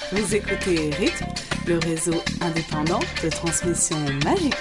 Vous écoutez Rythme, le réseau indépendant de transmission magique.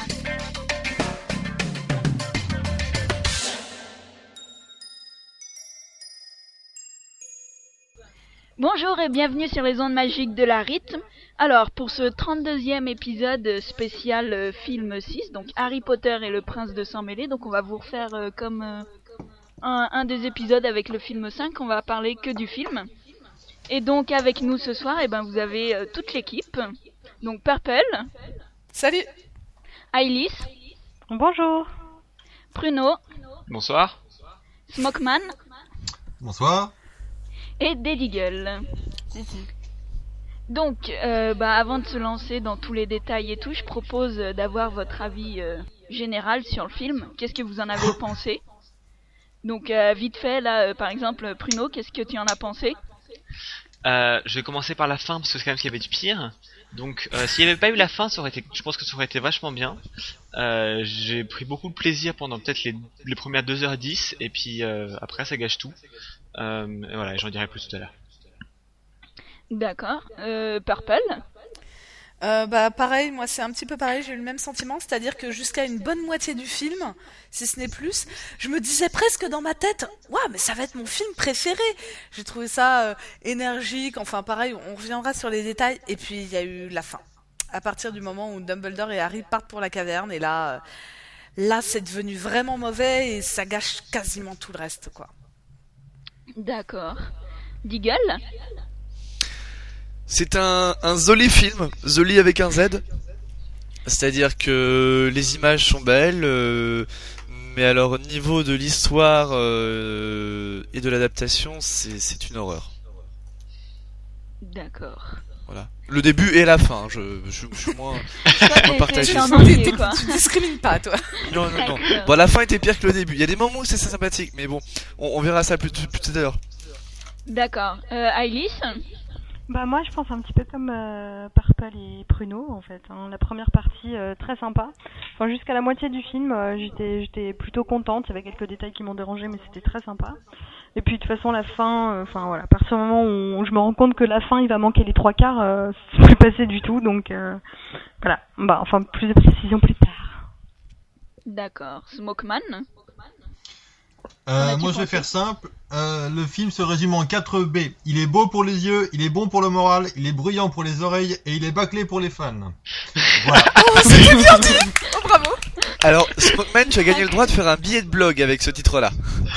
Bonjour et bienvenue sur les ondes magiques de la Rythme. Alors, pour ce 32e épisode spécial film 6, donc Harry Potter et le prince de sang mêlé, donc on va vous refaire comme un des épisodes avec le film 5, on va parler que du film. Et donc avec nous ce soir, vous avez toute l'équipe. Donc Purple. Salut. Ailis. Bonjour. Pruno. Bonsoir. Smokeman. Bonsoir. Et Deadigle. Donc, avant de se lancer dans tous les détails et tout, je propose d'avoir votre avis général sur le film. Qu'est-ce que vous en avez pensé ? Donc, vite fait, là, par exemple, Pruno, qu'est-ce que tu en as pensé ? Je vais commencer par la fin parce que c'est quand même ce qu'il y avait du pire. Donc, s'il n'y avait pas eu la fin, je pense que ça aurait été vachement bien. J'ai pris beaucoup de plaisir pendant peut-être les premières 2h10 et puis après ça gâche tout. Et voilà, j'en dirai plus tout à l'heure. D'accord. Purple. Pareil, moi c'est un petit peu pareil, j'ai eu le même sentiment, c'est-à-dire que jusqu'à une bonne moitié du film, si ce n'est plus, je me disais presque dans ma tête, ouais, mais ça va être mon film préféré. J'ai trouvé ça énergique, enfin pareil, on reviendra sur les détails, et puis il y a eu la fin. À partir du moment où Dumbledore et Harry partent pour la caverne, et là c'est devenu vraiment mauvais et ça gâche quasiment tout le reste, quoi. D'accord. Deagle. C'est un joli film, joli avec un Z. C'est-à-dire que les images sont belles, mais alors au niveau de l'histoire et de l'adaptation, c'est une horreur. D'accord. Voilà. Le début et la fin, je suis moins partagé. Tu discrimines pas, toi. Non. Bon, la fin était pire que le début. Il y a des moments où c'est sympathique, mais bon, on verra ça plus tout à l'heure. D'accord. Ailis. Moi je pense un petit peu comme Purple et Pruno en fait. La première partie très sympa. Enfin jusqu'à la moitié du film, j'étais plutôt contente. Il y avait quelques détails qui m'ont dérangé, mais c'était très sympa. Et puis de toute façon la fin, voilà, à partir du moment où je me rends compte que la fin il va manquer les 3/4, c'est plus passé du tout. Donc voilà. Plus de précision plus tard. D'accord. Smokeman. Moi je vais faire simple. Le film se résume en 4 B. Il est beau pour les yeux, il est bon pour le moral, il est bruyant pour les oreilles et il est bâclé pour les fans. Voilà. Oh, c'était bien dit. Oh, bravo. Alors, Smokeman, tu as gagné le droit de faire un billet de blog avec ce titre-là.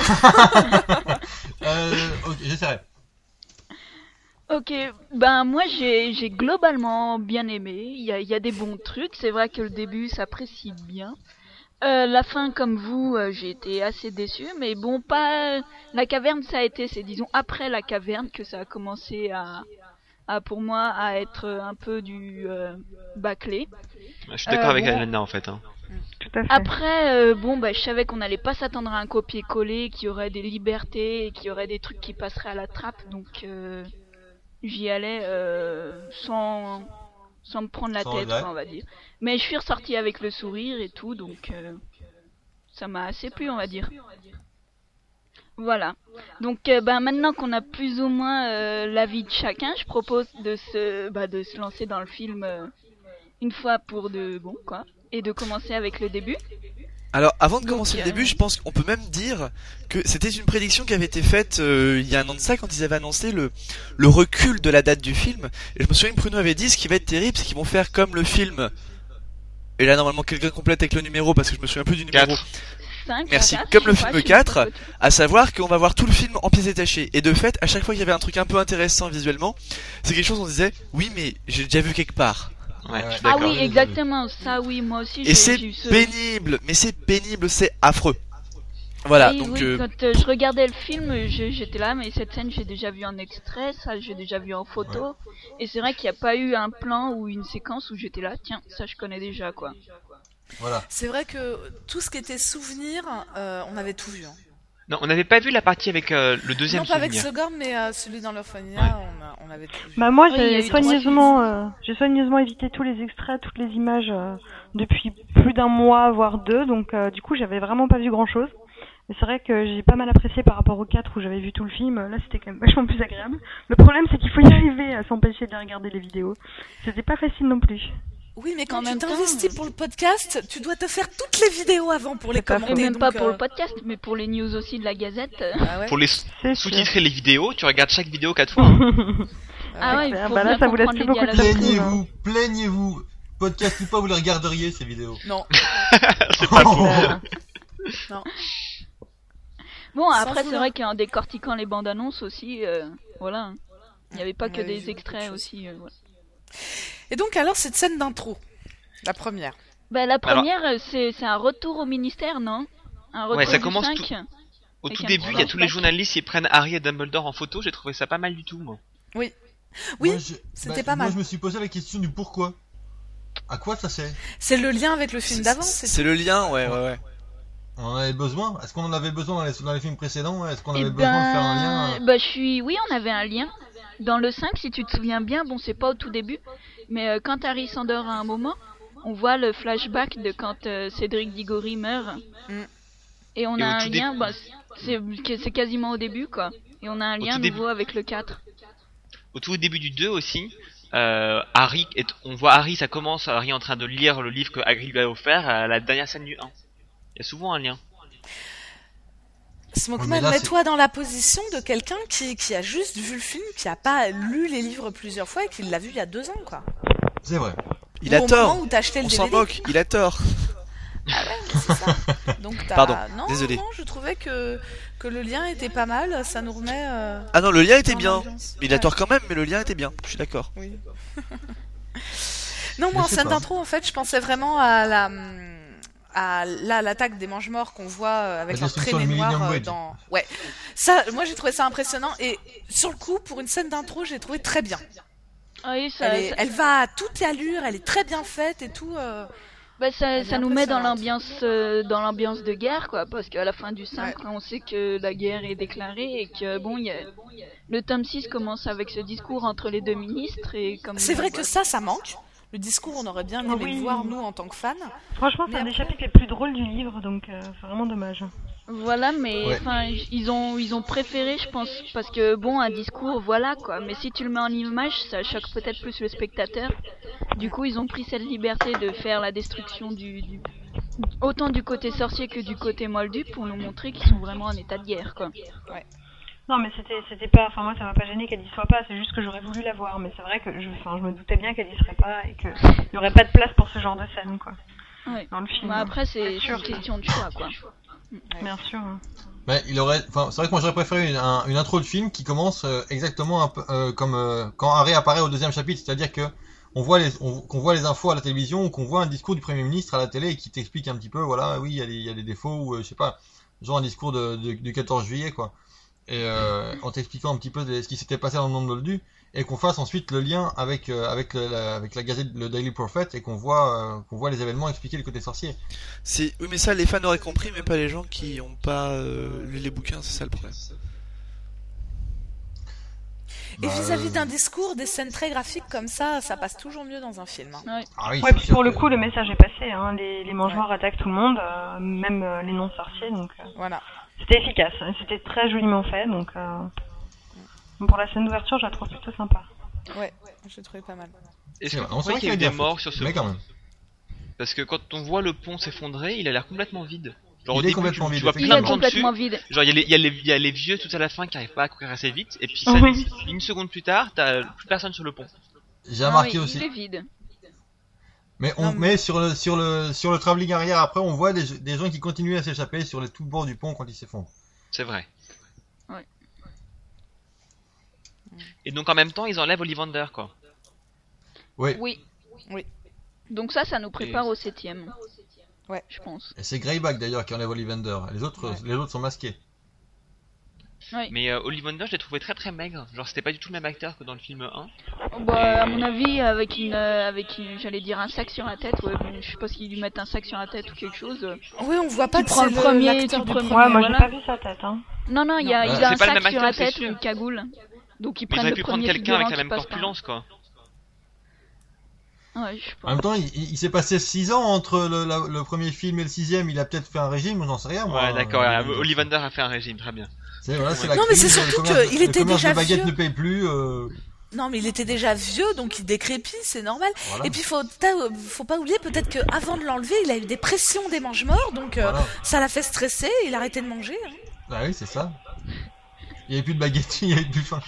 Ok, j'essaierai. Ok, moi j'ai globalement bien aimé. Il y a des bons trucs. C'est vrai que le début s'apprécie bien. La fin, comme vous, j'ai été assez déçue, mais bon, pas la caverne, ça a été, c'est disons après la caverne que ça a commencé à pour moi à être un peu du bâclé. Je suis d'accord avec Alana en fait. Tout à fait. Après, je savais qu'on n'allait pas s'attendre à un copier-coller, qu'il y aurait des libertés et qu'il y aurait des trucs qui passeraient à la trappe, donc j'y allais sans me prendre la tête, on va dire. Mais je suis ressortie avec le sourire et tout, donc ça m'a assez plu, on va dire. Voilà. Donc maintenant qu'on a plus ou moins l'avis de chacun, je propose de se lancer dans le film une fois pour de bon, quoi, et de commencer avec le début. Alors, avant de commencer le début, je pense qu'on peut même dire que c'était une prédiction qui avait été faite il y a un an de ça, quand ils avaient annoncé le recul de la date du film. Et je me souviens que Bruno avait dit, ce qui va être terrible, c'est qu'ils vont faire comme le film. Et là, normalement, quelqu'un complète avec le numéro, parce que je me souviens plus du numéro. 5, Merci. 4, Comme le film 4, à savoir qu'on va voir tout le film en pièces détachées. Et de fait, à chaque fois qu'il y avait un truc un peu intéressant visuellement, c'est quelque chose où on disait, oui, mais j'ai déjà vu quelque part. Ouais, je suis ah d'accord. oui, exactement, ça oui, moi aussi. Et c'est pénible, c'est affreux. Voilà, et donc oui, quand je regardais le film, j'étais là, mais cette scène j'ai déjà vu en extrait, ça j'ai déjà vu en photo, ouais. Et c'est vrai qu'il n'y a pas eu un plan ou une séquence où j'étais là, tiens, ça je connais déjà, quoi. Voilà. C'est vrai que tout ce qui était souvenir, on avait tout vu. Non, on n'avait pas vu la partie avec le deuxième souvenir. Non, pas souvenir. avec Sogorn, mais celui dans l'orphelinat, on avait tout vu. Moi, j'ai soigneusement évité tous les extraits, toutes les images depuis plus d'un mois, voire 2, donc du coup, j'avais vraiment pas vu grand-chose. Mais c'est vrai que j'ai pas mal apprécié par rapport au 4 où j'avais vu tout le film. Là, c'était quand même vachement plus agréable. Le problème, c'est qu'il faut y arriver à s'empêcher de regarder les vidéos. C'était pas facile non plus. Oui, mais quand En tu même temps, t'investis pour le podcast, tu dois te faire toutes les vidéos avant pour les C'est pas commenter. Et même donc, pas pour le podcast, mais pour les news aussi de la Gazette. Ah ouais. Pour les C'est sous-titrer les vidéos, tu regardes chaque vidéo 4 fois. Hein. Ah ouais, il clair. faut Bah là, bien ça vous laisse comprendre les plus beaucoup de dialogues. temps. Plaignez-vous. Podcast ou pas, vous les regarderiez ces vidéos. Non. C'est pas faux. Bon, Sans après, c'est vouloir. vrai qu'en décortiquant les bandes annonces aussi, voilà. hein. Il n'y avait pas que Ouais, j'ai des vu beaucoup extraits de choses. aussi. Ouais. Et donc alors cette scène d'intro, la première. Bah, la première, c'est un retour au ministère, non? Un retour Ouais, ça du commence 5. tout- Au Avec tout un début, petit il y a tous les flashback. journalistes qui prennent Harry et Dumbledore en photo. J'ai trouvé ça pas mal du tout, moi. Oui, Moi, c'était pas mal. Moi, je me suis posé la question du pourquoi. À quoi ça sert? C'est le lien avec le film d'avant. C'est le lien, ouais. On en avait besoin? Est-ce qu'on en avait besoin dans les films précédents? Est-ce qu'on Eh avait besoin de faire un lien? bah, oui, on avait un lien. Dans le 5, si tu te souviens bien, bon, c'est pas au tout début, mais quand Harry s'endort à un moment, on voit le flashback de quand Cédric Diggory meurt. Mm. Et on Et a au un tout lien, bah, c'est quasiment au début, quoi. Et on a un Au lien tout nouveau début. avec le 4. Au tout début du 2 aussi, on voit Harry, ça commence, Harry en train de lire le livre que Hagrid lui a offert à la dernière scène du 1. Il y a souvent un lien. Smokeman, mais là, mets-toi dans la position de quelqu'un qui a juste vu le film, qui a pas lu les livres plusieurs fois et qui l'a vu il y a 2 ans, quoi. C'est vrai. Il Ou a au tort. moment où t'as acheté le On s'en DVD. moque, il a tort. Ah ouais, c'est ça. Donc t'as... Pardon, non, désolé. Non, je trouvais que le lien était pas mal, ça nous remet... Ah non, le lien était dans bien. l'ambiance. Il a Ouais. tort quand même, mais le lien était bien. Je suis d'accord. Oui. Non, moi en Je sais scène pas. d'intro, en fait, je pensais vraiment à l'attaque des mange-morts qu'on voit avec La leur destruction traînée du noire Millennium Bridge. dans... Ouais. Ça, moi j'ai trouvé ça impressionnant et sur le coup, pour une scène d'intro, j'ai trouvé très bien. Ah oui, ça, Elle va à toute allure, elle est très bien faite et tout. bah, ça elle est nous met dans impressionnante. l'ambiance de guerre, quoi, parce qu'à la fin du 5, Ouais. on sait que la guerre est déclarée et que, bon, le tome 6 commence avec ce discours entre les deux ministres et comme... C'est vrai que ça manque. Le discours, on aurait bien aimé Oui. le voir, nous, en tant que fans. Franchement, c'est Mais un des après- chapitres les plus drôles du livre, donc c'est vraiment dommage. Voilà, mais Ouais. enfin, ils ont préféré, je pense, parce que bon, un discours, voilà quoi. Mais si tu le mets en image, ça choque peut-être plus le spectateur. Du coup, ils ont pris cette liberté de faire la destruction autant du côté sorcier que du côté moldu pour nous montrer qu'ils sont vraiment en état de guerre, quoi. Non, mais c'était pas. Enfin, moi, ça m'a pas gêné qu'elle y soit pas. C'est juste que j'aurais voulu la voir. Mais c'est vrai que je me doutais bien qu'elle y serait pas et qu'il y aurait pas de place pour ce genre de scène, quoi. Ouais. Dans le film. Bah, après, c'est Bien sûr. une question de choix, quoi. Bien sûr. hein. Mais c'est vrai que moi j'aurais préféré une intro de film qui commence exactement un peu, comme quand Harry apparaît au deuxième chapitre, c'est-à-dire que qu'on voit les infos à la télévision ou qu'on voit un discours du Premier ministre à la télé et qui t'explique un petit peu, voilà, oui, il y a des défauts ou je sais pas, genre un discours du 14 juillet quoi, et en t'expliquant un petit peu ce qui s'était passé dans le monde moldu et qu'on fasse ensuite le lien avec la Gazette, le Daily Prophet et qu'on voit les événements expliquer le côté sorcier. Oui, mais ça, les fans auraient compris, mais pas les gens qui ont pas lu les bouquins, c'est ça le problème. Et Bah, vis-à-vis d'un discours, des scènes très graphiques comme ça passe toujours mieux dans un film. Hein. Ouais. Ah oui, Ouais, c'est puis sûr pour le que- coup, le message est passé. Hein. Les mange-morts attaquent tout le monde, même les non-sorciers. Donc, Voilà. c'était efficace. C'était très joliment fait. Donc, pour la scène d'ouverture, je la trouve plutôt sympa. Ouais, j'ai trouvé pas mal. Est-ce C'est que vrai. vous Non, c'est croyez vrai qu'il y a eu qu'il a des bien morts fait. sur ce Mais quand pont même. Parce que quand on voit le pont s'effondrer, il a l'air complètement vide. Genre, Il au est début, complètement tu vide, vois Il plein est de gens dessus. complètement vide. Genre, il y a les vieux tout à la fin qui arrivent pas à courir assez vite, et puis ça, Oui. une seconde plus tard, t'as plus personne sur le pont. J'ai Ah remarqué oui, aussi. il est vide. Mais Non, sur le travelling arrière après, on voit des gens qui continuent à s'échapper sur les tout bords du pont quand il s'effondre. C'est vrai. Ouais. Et donc en même temps, ils enlèvent Ollivander, quoi. Oui. Oui. Oui. Donc ça nous prépare au 7ème. Ouais. Je pense. Et c'est Greyback d'ailleurs qui enlève Ollivander. Les autres sont masqués. Oui. Mais Ollivander, je l'ai trouvé très très maigre. Genre, c'était pas du tout le même acteur que dans le film 1. Bah, à mon avis, avec une, j'allais dire un sac sur la tête. Ouais, bon, je sais pas s'ils lui mettent un sac sur la tête ou quelque chose. Oui, on voit pas Tu que prends c'est le premier, l'acteur tu du prends- premier. Ouais, moi, voilà. j'ai pas vu sa tête. Hein. Non, il Non. a C'est un pas le sac même sur la acteur, c'est tête, sûr. une cagoule. Donc ils Ils prennent auraient le pu prendre premier quelqu'un avec figurant la qui même passe par là. corpulence, quoi. Ouais, je En même pense. temps, il s'est passé 6 ans entre le premier film et le 6ème. Il a peut-être fait un régime, j'en sais rien. Moi. Ouais, d'accord. Ollivander a fait un régime, très bien. C'est la Non, mais crise, c'est surtout le commerce, qu'il le était commerce déjà de baguettes vieux. ne paye plus. Non, mais il était déjà vieux, donc il décrépit, c'est normal. Voilà. Et puis faut pas oublier peut-être que avant de l'enlever, il a eu des pressions des mange-morts, donc Voilà. ça l'a fait stresser. Il a arrêté de manger. Hein. Bah oui, c'est ça. Il n'y avait plus de baguettes, il n'y avait plus de faim.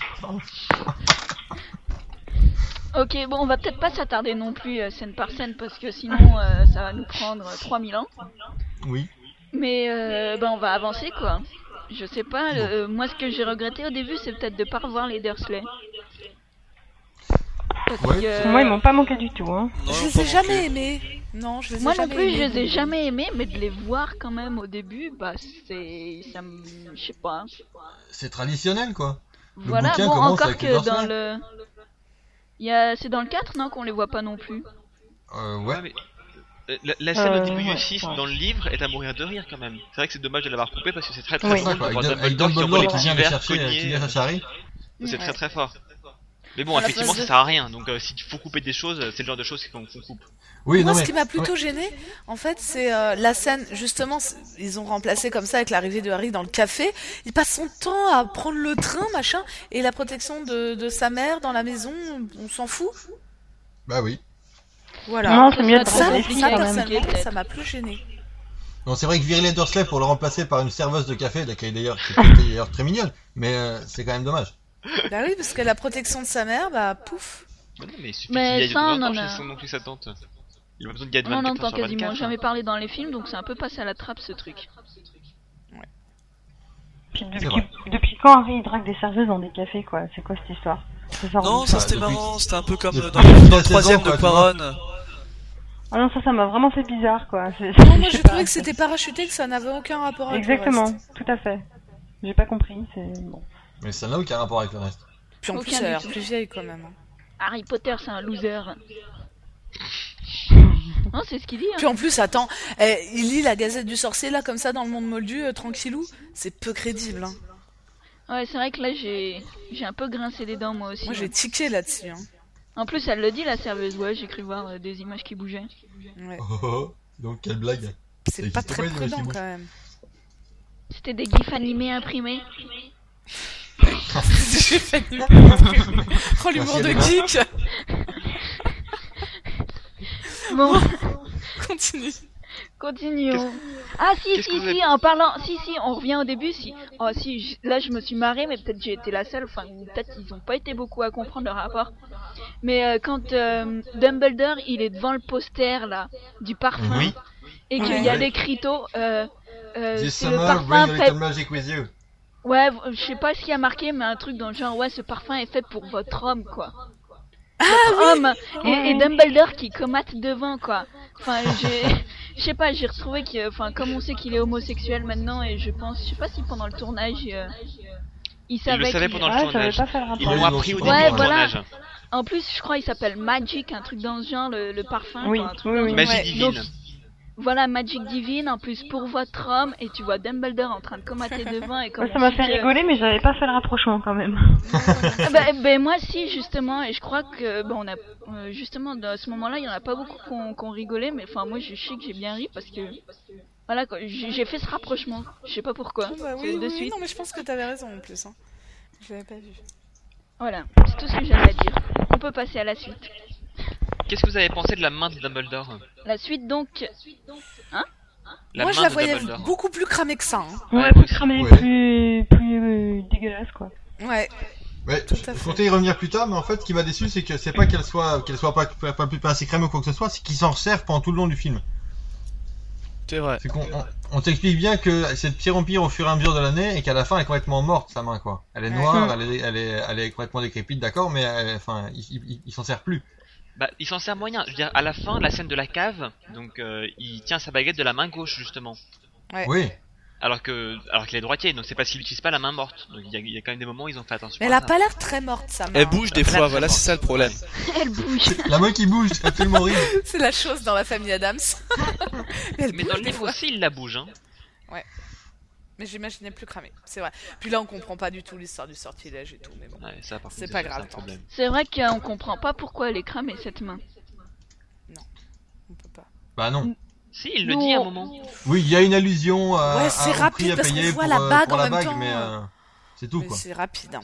Ok, bon, on va peut-être pas s'attarder non plus scène par scène parce que sinon ça va nous prendre 3000 ans. Oui. Mais on va avancer quoi. Je sais pas, moi ce que j'ai regretté au début c'est peut-être de pas revoir les Dursley. Parce Ouais. que, Moi, ils m'ont pas manqué du tout. Hein. Non, Je les pas ai jamais manqué. aimés. Non, je les ai moi non jamais plus je aimés. les ai jamais aimés, mais de les voir quand même au début, bah je sais pas. C'est traditionnel, quoi. Le Voilà, bouquin bon commence encore avec les que Dursley. dans le... c'est dans le 4 non qu'on les voit pas non plus. Ouais. Mais, la scène au début du ouais, 6 ouais. dans le livre est à mourir de rire quand même. C'est vrai que c'est dommage de l'avoir coupé parce que c'est très très Oui. drôle Ouais, quoi, de voir avec Dumbledore qui envoie Dumbledore les qui petits vient les verres chercher, qui cognés. vient chercher Harry. C'est très très fort. Mais bon, À la effectivement, place ça de- sert à rien. Donc, s'il faut couper des choses, c'est le genre de choses qu'on coupe. Oui, Moi, non, ce mais... qui m'a plutôt gêné, en fait, c'est la scène, justement, ils ont remplacé comme ça avec l'arrivée de Harry dans le café. Il passe son temps à prendre le train, machin, et la protection de sa mère dans la maison, on s'en fout. Bah oui. Voilà. Non, c'est mieux de Ça, prendre les ça, filles ça quand même. personnellement, ça m'a plus gêné. Non, c'est vrai que virer les Dursley pour le remplacer par une serveuse de café, qui est d'ailleurs très mignonne, mais c'est quand même dommage. Bah oui, parce que la protection de sa mère, bah pouf. Mais non, mais il suffit Mais qu'il aille ça, on de en temps a- chez son oncle et sa tante. Il a pas besoin de gars de On en 24 entend heures sur quasiment 24. jamais parler dans les films, donc c'est un peu passé à la trappe ce truc. Puis C'est vrai. depuis quand Harry il drague des serveuses dans des cafés, quoi? C'est quoi cette histoire? C'est ça, Non, on- ça Ah, c'était depuis- marrant, c'était un peu comme depuis dans la le saison, troisième de quoi, tu vois. Quaron. Ah non, ça m'a vraiment fait bizarre, quoi. Non, moi je sais j'ai pas. trouvé que c'était parachuté, que ça n'avait aucun rapport avec Exactement, le reste. tout à fait. J'ai pas compris, c'est bon. Mais ça n'a aucun rapport avec le reste. Puis en Aucun plus, elle a du l'air tout. plus vieille quand même. hein. Harry Potter c'est un loser. Non, c'est ce qu'il dit. Hein. Puis en plus, attends, il lit la Gazette du Sorcier là comme ça dans le monde moldu, tranquillou. C'est peu crédible. Hein. Ouais, c'est vrai que là j'ai un peu grincé les dents moi aussi. Moi j'ai tiqué là-dessus. Hein. En plus, elle le dit la serveuse. Ouais, j'ai cru voir des images qui bougeaient. Ouais. Donc, quelle blague. C'est Ça pas existe très pas, les images prudent qui quand bougent. même. C'était des gifs animés imprimés. J'ai fait oh l'humour de geek. Bon, Continue. continuons. Ah si, qu'est-ce que vous avez- en parlant... Si, on revient au début, si. Oh si, là je me suis marrée, mais peut-être j'ai été la seule. Enfin, peut-être ils ont pas été beaucoup à comprendre le rapport. Mais quand Dumbledore, il est devant le poster là, du parfum, Oui. et qu'il Ouais. y a l'écriteau... This c'est le summer, parfum bring a fait... little magic with you. Ouais, je sais pas ce qu'il y a marqué, mais un truc dans le genre, ouais, ce parfum est fait pour votre homme, quoi. Votre homme. Et Dumbledore qui comate devant, quoi. Enfin, je sais pas, j'ai retrouvé que, enfin, comme on sait qu'il est homosexuel maintenant, et je sais pas si pendant le tournage, il savait. Il le savait qu'il- pendant le Ouais, j'avais tournage. pas fait le Ils rapport. l'ont appris au début Ouais, du voilà. tournage. En plus, je crois il s'appelle Magic, un truc dans ce genre, le parfum. Oui, quoi, un truc oui, dans oui. ce Magie Ouais. divine. Donc, voilà, Magic Divine, en plus pour votre homme, et tu vois Dumbledore en train de comater devant, et comme Ouais, ça m'a fait rigoler, mais j'avais pas fait le rapprochement quand même. Ah bah, moi si justement, et je crois que bon, on a justement à ce moment-là il y en a pas beaucoup qu'on rigolait, mais enfin moi je sais que j'ai bien ri parce que voilà quoi, j'ai fait ce rapprochement, je sais pas pourquoi, Bah c'est oui, de oui, suite. non mais je pense que t'avais raison en plus. Hein. Je l'avais pas vu. Voilà, c'est tout ce que j'avais à dire. On peut passer à la suite. Qu'est-ce que vous avez pensé de la main de Dumbledore? La suite donc, La Moi main je la de voyais Dumbledore. beaucoup plus cramée que ça. Hein. Ouais, Ouais, plus moi aussi. cramé, Ouais. plus dégueulasse, quoi. Ouais. Ouais, Tout à je fait. comptais y revenir plus tard, mais en fait, ce qui m'a déçu, c'est que c'est pas qu'elle soit pas assez crème ou quoi que ce soit, c'est qu'ils s'en resservent pendant tout le long du film. C'est vrai. C'est on t'explique bien que c'est de pire en pire au fur et à mesure de l'année et qu'à la fin elle est complètement morte sa main quoi. Elle est Ouais. noire, elle est complètement décrépite, d'accord, mais enfin il s'en sert plus. Bah, il s'en sert moyen. Je veux dire, à la fin, la scène de la cave, donc il tient sa baguette de la main gauche justement, Ouais. Oui. alors qu'il est droitier, donc c'est parce qu'il utilise pas la main morte. Donc il y a quand même des moments où ils ont fait attention. Mais elle à a ça. pas l'air très morte sa main. Elle bouge des Elle a fois, très voilà, fort. c'est ça le problème. elle bouge. La main qui bouge, c'est absolument horrible. C'est la chose dans la famille Adams. Elle Mais bouge dans le des livre fois. aussi, il la bouge. Hein. Mais j'imaginais plus cramée, c'est vrai. Puis là on comprend pas du tout l'histoire du sortilège et tout, mais bon. Ouais, ça, par contre, C'est pas ça, grave, un problème. C'est vrai qu'on comprend pas pourquoi elle est cramée cette main. Bah non. Si, il le dit à un moment. Oui, il y a une allusion Ouais, c'est au prix rapide à parce qu'on payer voit pour, la bague pour en la même bague, temps. mais c'est tout Mais quoi. c'est rapide.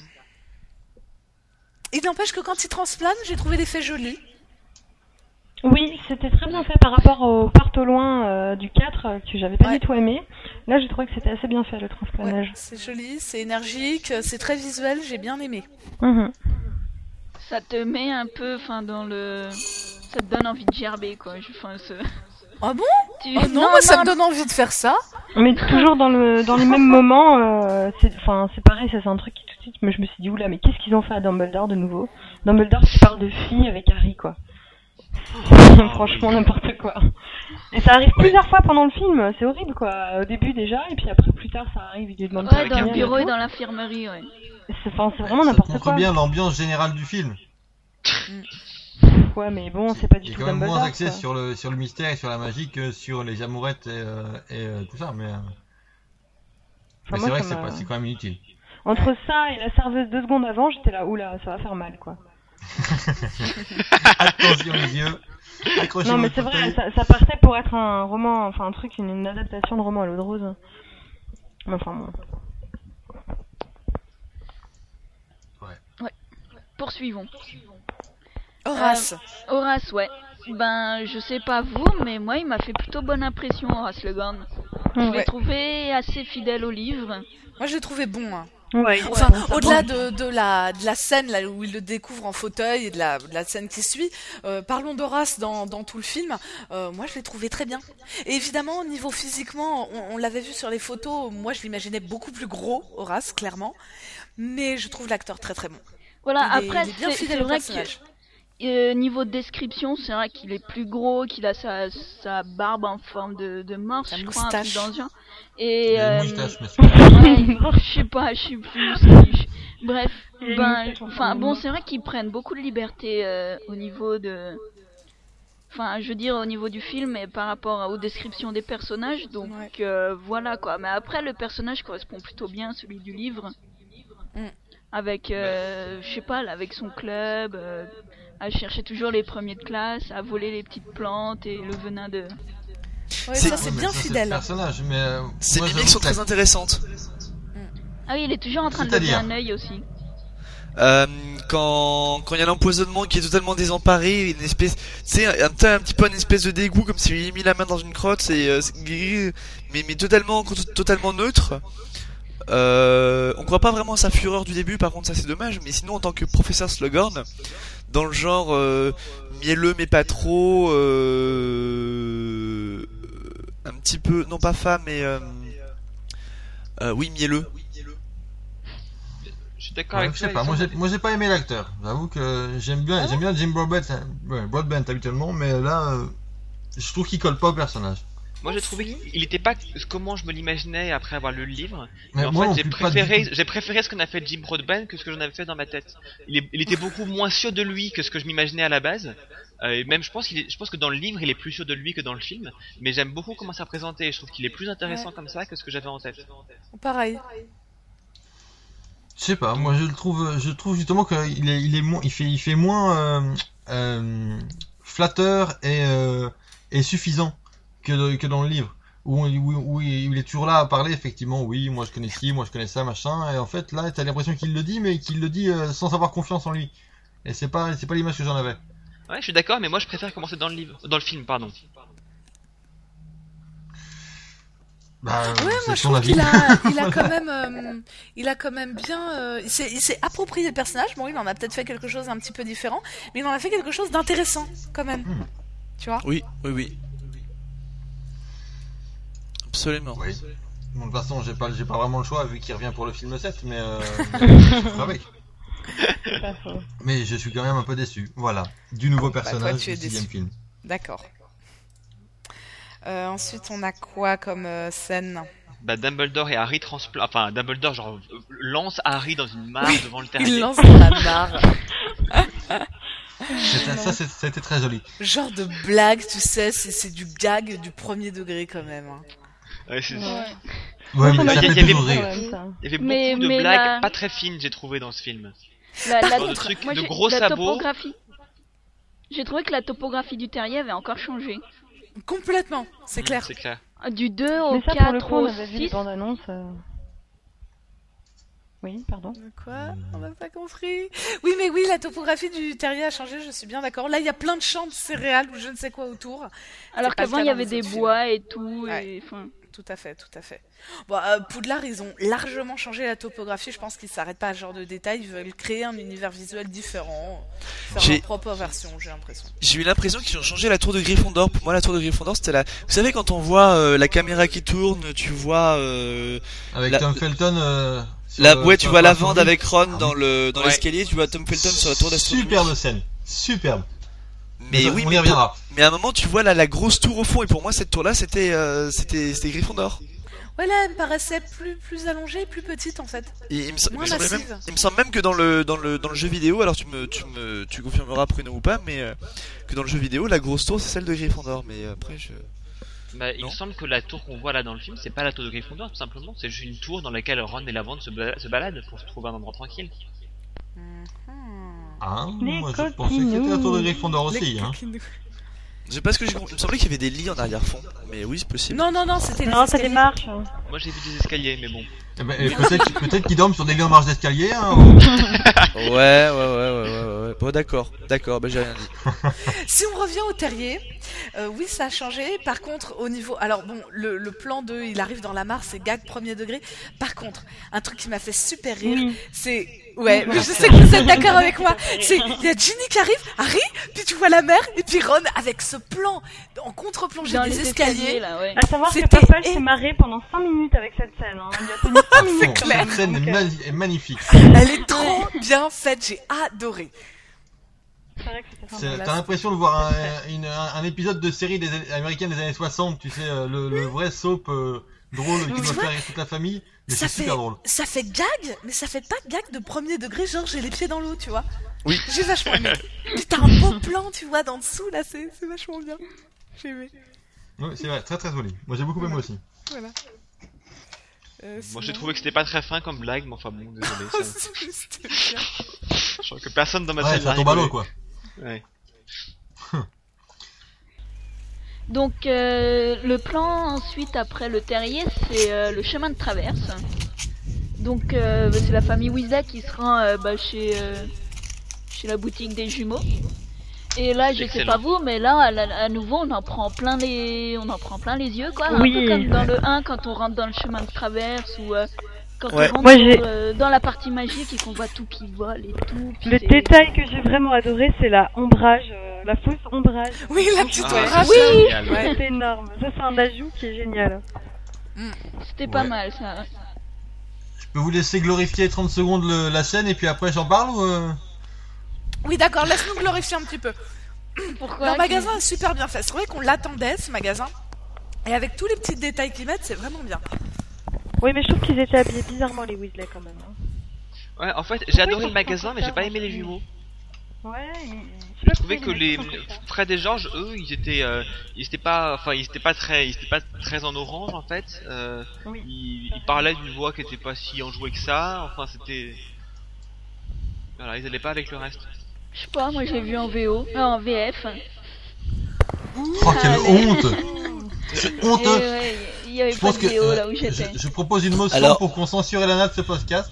Il n'empêche que quand il transplane, j'ai trouvé l'effet joli. Oui, c'était très bien fait par rapport au Part au loin du 4 que j'avais pas Ouais. du tout aimé. Là, j'ai trouvé que c'était assez bien fait le transplanage. Ouais, c'est joli, c'est énergique, c'est très visuel, j'ai bien aimé. Mhm. Ça te met un peu, enfin, dans le... Ça te donne envie de gerber, quoi. Enfin, Ah bon? tu... Oh non, moi ça me donne envie de faire ça. Mais toujours dans les mêmes moments, c'est pareil, ça c'est un truc qui tout de suite, mais je me suis dit oula, mais qu'est-ce qu'ils ont fait à Dumbledore de nouveau? Dumbledore qui parle de filles avec Harry, quoi. Franchement n'importe quoi. Et ça arrive plusieurs fois pendant le film, c'est horrible quoi. Au début déjà, et puis après plus tard ça arrive, il lui demande Ouais, pas dans le rien bureau et et tout. dans l'infirmerie, ouais. C'est vraiment Ça n'importe montre quoi. bien l'ambiance générale du film. Ouais, mais bon, c'est pas du Il y a tout quand même moins Dumbledore. axé Quoi. sur le mystère et sur la magie que sur les amourettes et tout ça, mais Enfin, c'est moi, vrai ça que m'a- c'est quand même inutile. Entre ça et la serveuse 2 secondes avant, j'étais là, oula, ça va faire mal quoi. Attention les yeux. Accrochez Non, mais votre c'est vrai, fauteuil. ça partait pour être un roman, enfin un truc, une adaptation de roman à l'eau de rose. Mais enfin bon. Poursuivons. Horace. Horace, ouais. Ben, je sais pas vous, mais moi, il m'a fait plutôt bonne impression, Horace Le Guin. Je l'ai Ouais. trouvé assez fidèle au livre. Moi je l'ai trouvé bon. Hein. Ouais, Enfin, ouais, au-delà de la scène là où il le découvre en fauteuil et de la scène qui suit, parlons d'Horace dans tout le film. Moi, je l'ai trouvé très bien. Et évidemment, au niveau physiquement, on l'avait vu sur les photos. Moi, je l'imaginais beaucoup plus gros, Horace, clairement. Mais je trouve l'acteur très très bon. Voilà, Il est après, bien c'est fidèle au vrai personnage. que niveau description, c'est vrai qu'il est plus gros, qu'il a sa barbe en forme de morse, Sa je crois, un truc moustache. dans ce genre. Il Et y a une moustache, mais c'est pas ouais, je sais pas, je sais plus. Bref, Il a une ben, moustache en enfin forme de bon, morse. c'est vrai qu'ils prennent beaucoup de liberté au niveau de, enfin, je veux dire au niveau du film et par rapport aux descriptions des personnages. Donc Ouais. voilà quoi. Mais après, le personnage correspond plutôt bien à celui du livre. Mm. Avec, je sais pas, là, avec son club, à chercher toujours les premiers de classe, à voler les petites plantes et le venin de. Ouais, C'est- ça c'est Ouais, mais bien ça, c'est le fidèle. personnage, mais Ces moi, mimiques j'avoue sont que très intéressantes. Ah oui, il est toujours en train de lever C'est-à-dire un œil aussi. Quand il y a l'empoisonnement qui est totalement désemparé, une espèce, tu sais, un petit peu une espèce de dégoût comme s'il avait mis la main dans une crotte, mais totalement neutre. On croit pas vraiment à sa fureur du début, par contre ça c'est dommage, mais sinon en tant que professeur Slughorn, dans le genre mielleux mais pas trop, un petit peu, non pas femme mais oui mielleux. Je suis d'accord Ouais, avec je toi. sais pas, moi j'ai pas aimé l'acteur. J'avoue que j'aime bien Jim Broadbent, Broadbent habituellement, mais là je trouve qu'il colle pas au personnage. Moi j'ai trouvé qu'il était pas comment je me l'imaginais après avoir lu le livre. Mais Mais en moi non fait plus, pas du tout. j'ai préféré ce qu'on a fait de Jim Broadbent que ce que j'en avais fait dans ma tête. Il était beaucoup moins sûr de lui que ce que je m'imaginais à la base. Et même je pense que dans le livre il est plus sûr de lui que dans le film. Mais j'aime beaucoup comment c'est représenté et je trouve qu'il est plus intéressant comme ça que ce que j'avais en tête. Pareil. Je sais pas, moi je trouve justement qu'il fait moins flatteur et suffisant que dans le livre où il est toujours là à parler effectivement, oui moi je connais ci, moi je connais ça machin, et en fait là t'as l'impression qu'il le dit mais qu'il le dit sans avoir confiance en lui, et c'est pas l'image que j'en avais. Ouais, je suis d'accord, mais moi je préfère commencer dans le film, pardon. Bah, Ouais, c'est moi je son trouve avis. il a quand même bien, il s'est approprié le personnage. Bon, il en a peut-être fait quelque chose d'un petit peu différent, mais il en a fait quelque chose d'intéressant quand même. Tu vois? Oui. Absolument. Oui. Bon, de toute façon j'ai pas vraiment le choix vu qu'il revient pour le film 7, mais je ferai avec. C'est pas faux. Mais je suis quand même un peu déçu, voilà, du nouveau personnage tu es du 6ème déçu. film. D'accord. Ensuite, on a quoi comme scène? Bah Dumbledore et Harry enfin Dumbledore genre lance Harry dans une mare devant le Il terrier. lance dans la mare. Ça a été très joli. Genre de blague, tu sais, c'est du gag du premier degré quand même. Hein. Ouais, c'est- Ouais. Ouais, Moi, mais ça ça m'a fait il y avait toujours Quand rire. même, ça. Il y avait Mais- beaucoup de mais blagues la- pas très fines, j'ai trouvé dans ce film. La Genre de trucs, moi, de j'ai- gros la sabots. topographie. J'ai trouvé que la topographie du terrier avait encore changé. Complètement, c'est clair. C'est clair. Du 2 au Mais ça, pour le 4 coup, on au avait vu les 6. bandes annonces. Oui, pardon. Quoi? On n'a pas compris. Oui, mais oui, la topographie du terrier a changé, je suis bien d'accord. Là, il y a plein de champs de céréales ou je ne sais quoi autour. Alors C'est pas le qu'avant, cas il y dans avait les des autres bois et tout. Ouais. Et, enfin, Tout à fait, tout à fait. Bon, Poudlard, ils ont largement changé la topographie. Je pense qu'ils s'arrêtent pas à ce genre de détails. Ils veulent créer un univers visuel différent, faire J'ai- leur propre version, j'ai l'impression. J'ai eu l'impression qu'ils ont changé la tour de Gryffondor. Pour moi, la tour de Gryffondor, c'était la... Vous savez, quand on voit la caméra qui tourne, tu vois... Avec La- Tom Felton. ouais, tu vois la sur lavande lui. avec Ron dans Ouais. l'escalier, tu vois Tom Felton sur la tour d'astronomie. Superbe scène, superbe. Mais Ça, oui, on y mais, reviendra. mais à un moment, tu vois la grosse tour au fond, et pour moi, cette tour-là, c'était Gryffondor. Ouais, là, elle me paraissait plus allongée et plus petite en fait. Et il me semble Moins semblait massive. même, il me semble même que dans le jeu vidéo, alors tu confirmeras Pruno ou pas, mais que dans le jeu vidéo, la grosse tour, c'est celle de Gryffondor. Mais après, Bah, il Non. me semble que la tour qu'on voit là dans le film, c'est pas la tour de Gryffondor, tout simplement. C'est juste une tour dans laquelle Ron et Lavande se baladent pour se trouver un endroit tranquille. Ah, Les moi je pensais que c'était la tour de Gryffondor aussi. Les Hein. coquinous. je sais pas ce que j'ai compris. Il me semblait qu'il y avait des lits en arrière-fond, mais oui, c'est possible. Non, c'était les Non, ça escaliers. démarche. Moi j'ai vu des escaliers, mais bon. Eh ben, peut-être qu'ils dorment sur des liens de marche d'escalier. Hein, ou- Ouais. Bon, d'accord, bah j'ai rien dit. Si on revient au terrier, oui, ça a changé. Par contre, au niveau... Alors bon, le plan de il arrive dans la mare, c'est gag premier degré. Par contre, un truc qui m'a fait super rire, Oui. c'est... Ouais, mais je sais que vous êtes d'accord avec moi. C'est, il y a Ginny qui arrive, Harry, puis tu vois la mer, et puis Ron avec ce plan en contre-plongée dans des les escaliers. là, ouais. À savoir que C'était Purple é- s'est marré pendant 5 minutes avec cette scène. Hein. Il a tenu 5 minutes. Bon, clair. cette scène Donc, est magnifique. Elle est trop bien faite, j'ai adoré. c'est vrai que c'était sympa. T'as l'impression de voir un épisode de série américaine des années 60, tu sais, le vrai soap drôle qui Tu doit vois, faire toute la famille, mais Ça c'est fait, super drôle. ça fait gag, mais ça fait pas gag de premier degré, genre j'ai les pieds dans l'eau, tu vois. Oui. J'ai vachement aimé. Puis t'as un beau plan, tu vois, d'en dessous, là, c'est vachement bien. J'ai aimé. Oui, c'est vrai, très très joli. Moi j'ai beaucoup aimé aussi. Voilà. Moi j'ai trouvé que c'était pas très fin comme blague, mais enfin bon, désolé. Ça... C'était bien. Je crois que personne dans ma Ouais, salle ça n'a tombe à l'eau rigolé. quoi. Ouais. Donc le plan ensuite après le terrier, c'est le chemin de traverse. Donc c'est la famille Weasley qui se rend chez la boutique des jumeaux. Et là, je sais Excellent. pas vous, mais là, à nouveau, on en prend plein les yeux, quoi. Oui. Un peu comme dans le 1, quand on rentre dans le chemin de traverse, ou quand Ouais. on rentre Moi, j'ai- dans la partie magique et qu'on voit tout qui vole et tout. puis Le c'est- détail que j'ai vraiment adoré, c'est la ombrage, la fausse ombrage. Oui, la petite Ah, ombrage. c'est génial. Ouais. C'est énorme. Ça, c'est un ajout qui est génial. C'était pas Ouais. mal, ça. Je peux vous laisser glorifier 30 secondes la scène et puis après j'en parle ou Oui, d'accord, laisse-nous glorifier un petit peu. Pourquoi Le magasin est super bien fait. C'est vrai qu'on l'attendait, ce magasin. Et avec tous les petits détails qu'ils mettent, c'est vraiment bien. Oui, mais je trouve qu'ils étaient habillés bizarrement, les Weasley, quand même. Hein. Ouais, en fait, j'ai Pourquoi adoré ils le sont magasin, mais j'ai pas confortables aimé les en jumeaux. Ouais, mais... Je trouvais que les Fred et George, eux, ils étaient pas très en orange en fait. Oui. Ils parlaient d'une voix qui était pas si enjouée que ça. Enfin, c'était, voilà, ils allaient pas avec le reste. Je sais pas, moi j'ai vu en VO, en VF. Oh quelle honte. C'est Et honteux. ouais, il y avait Je pas pense de que VO là où j'étais. je propose une motion Alors- pour qu'on censure Elana de ce podcast.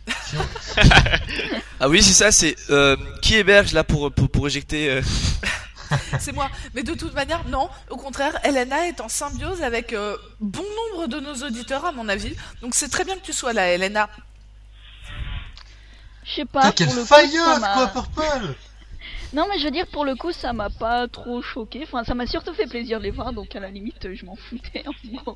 Ah oui, c'est ça, c'est qui héberge là pour éjecter C'est moi. Mais de toute manière, non. Au contraire, Elena est en symbiose avec bon nombre de nos auditeurs, à mon avis. Donc c'est très bien que tu sois là, Elena. Je sais pas, Putain, quelle pour le coup, ça failleuse m'a- quoi, Purple. Non, mais je veux dire, pour le coup, ça m'a pas trop choqué. Enfin, ça m'a surtout fait plaisir de les voir, donc à la limite, je m'en foutais en gros.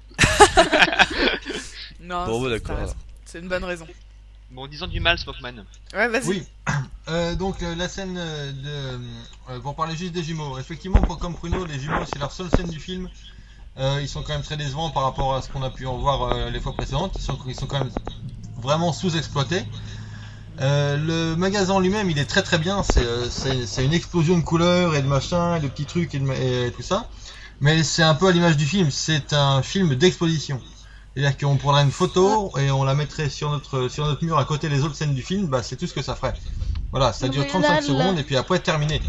Non, Bon, c'est- d'accord. t'as raison. C'est une bonne raison. Bon, disons du mal, Smokeman. Ouais, vas-y. Oui. Donc la scène pour parler juste des jumeaux. Effectivement, comme Pruno, les jumeaux c'est leur seule scène du film. Ils sont quand même très décevants par rapport à ce qu'on a pu en voir les fois précédentes. Ils sont quand même vraiment sous-exploités. Le magasin lui-même, il est très très bien. C'est une explosion de couleurs et de machins, et de petits trucs et tout ça. Mais c'est un peu à l'image du film. C'est un film d'exposition. C'est-à-dire qu'on prendrait une photo et on la mettrait sur notre mur à côté des autres scènes du film. Bah, c'est tout ce que ça ferait. Voilà, ça Non, dure mais 35 là, secondes et puis après terminé.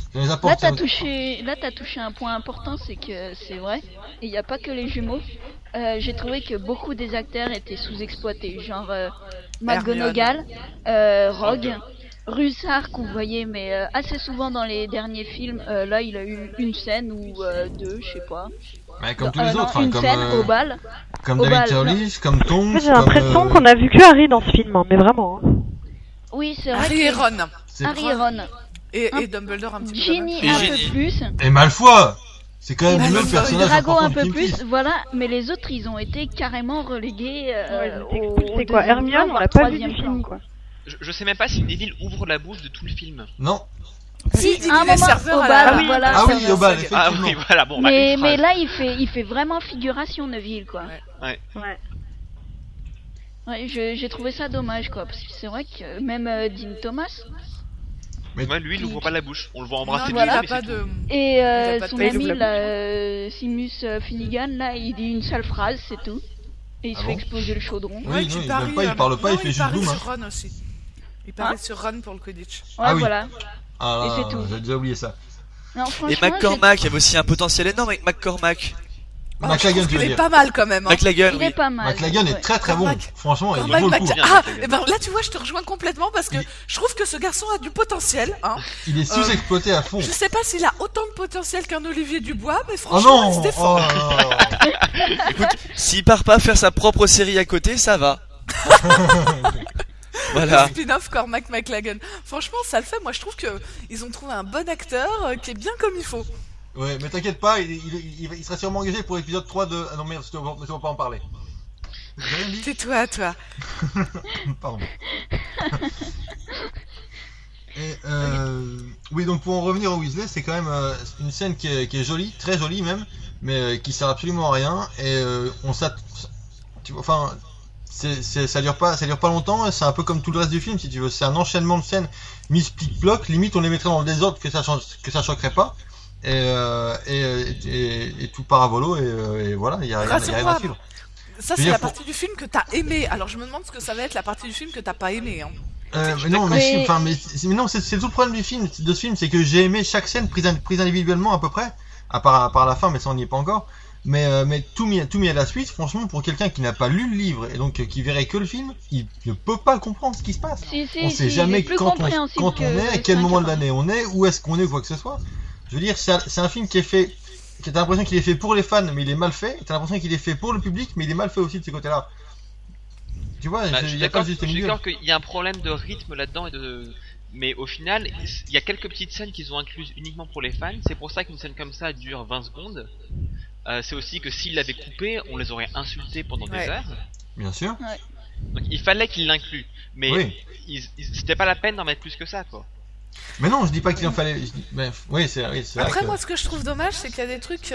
Ça les Là, apporte. t'as touché un point important, c'est que c'est vrai. Et il n'y a pas que les jumeaux. J'ai trouvé que beaucoup des acteurs étaient sous-exploités, genre McGonagall, Rogue, Russard qu'on voyait mais assez souvent dans les derniers films. Là, il a eu une scène ou deux, je sais pas. Mais comme tous les autres, une comme, scène au bal. comme au David bal, Turlish, comme Tonks. En fait, j'ai l'impression qu'on a vu que Harry dans ce film, hein, mais vraiment. Hein. Oui, c'est vrai. Harry et Ron. Harry et Ron. Et Dumbledore un petit peu. Ginny Et un Ginny. peu plus. Et Malfoy. C'est quand même Et le Malfoy. personnage Drago important un du peu film. plus, voilà, mais les autres ils ont été carrément relégués C'est quoi, Hermione, on l'a pas vu du film, quoi. Je sais même pas si Neville ouvre la bouche de tout le film. Non. Si, il dit à un qu'il est moment, serveur au à bal, la... oui. voilà. Ah oui, au bal, Ah effectivement. oui, voilà, bon, bah, Mais une phrase. là il fait vraiment figuration Neville quoi. Ouais. Ouais. Ouais, j'ai trouvé ça dommage quoi, parce que c'est vrai que même Dean Thomas Ouais, lui, il ouvre pas la bouche. On le voit embrasser Non, lui, il a mais pas c'est de... et Il a pas de son paix, il ami ouvre là, Seamus Finnegan là, il dit une seule phrase, c'est tout. Et il se Ah fait bon exploser le chaudron. Oui, Ouais, non, tu il paries, même pas, il parle pas, il non, fait juste parie boum. sur Ron aussi. Il parie sur Ron pour le Quidditch. Ouais, Ah oui. voilà. Ah, Et c'est tout. j'ai déjà oublié ça. Non, Et franchement, McCormack, il y avait aussi un potentiel énorme avec McCormack. Oh, je McLaggen, trouve tu veux qu'il est dire. pas mal quand même. Hein. McLaggen, il est oui. pas mal. McLaggen est Ouais. très très bon. Cormac. Franchement, il Cormac vaut le coup. McLaggen. Ah, et ben là tu vois, je te rejoins complètement parce que Il- je trouve que ce garçon a du potentiel. Hein. Il est sous-exploité à fond. Je sais pas s'il a autant de potentiel qu'un Olivier Dubois, mais Oh franchement, il se non. défend. Oh là là. Écoute, s'il part pas faire sa propre série à côté, ça va. Voilà. Le spin-off Cormac McLaggen. Franchement, ça le fait. Moi, je trouve que ils ont trouvé un bon acteur qui est bien comme il faut. Ouais, mais t'inquiète pas, il sera sûrement engagé pour l'épisode 3 de... Ah non merde, je ne vais pas en parler. J'ai rien dit. Tais-toi, toi. Pardon. Et oui, donc pour en revenir au Weasley, c'est quand même une scène qui est jolie, très jolie même, mais qui sert absolument à rien. Et on s'att... Enfin, ça dure pas longtemps. C'est un peu comme tout le reste du film, si tu veux. C'est un enchaînement de scènes mises plic-ploc. Limite, on les mettrait dans le désordre que ça choquerait pas. Et tout part à volo et voilà, il y a rien à suivre. Ça, c'est la partie du film que t'as aimé. Alors, je me demande ce que ça va être la partie du film que t'as pas aimé. Hein. Mais non, mais non, c'est tout le problème de ce film, c'est que j'ai aimé chaque scène prise individuellement à peu près, à part la fin, mais ça on n'y est pas encore. Mais tout mis à la suite, franchement, pour quelqu'un qui n'a pas lu le livre et donc qui verrait que le film, il ne peut pas comprendre ce qui se passe. On sait jamais quand on est, à quel moment de l'année on est, où est-ce qu'on est, ou quoi que ce soit. Je veux dire, c'est un film qui est fait, t'as l'impression qu'il est fait pour les fans, mais il est mal fait. T'as l'impression qu'il est fait pour le public, mais il est mal fait aussi de ce côté-là. Tu vois, Bah, il je suis y a pas d'accord, juste je suis milieu. d'accord qu'il y a un problème de rythme là-dedans mais au final, il y a quelques petites scènes qu'ils ont incluses uniquement pour les fans. C'est pour ça qu'une scène comme ça dure 20 secondes. C'est aussi que s'ils l'avaient coupé, on les aurait insultés pendant des heures. Bien sûr. Donc il fallait qu'ils l'incluent. Mais Oui. c'était pas la peine d'en mettre plus que ça, quoi. Mais non, je dis pas qu'il en fallait. Oui, c'est vrai. Après, que... moi, ce que je trouve dommage, c'est qu'il y a des trucs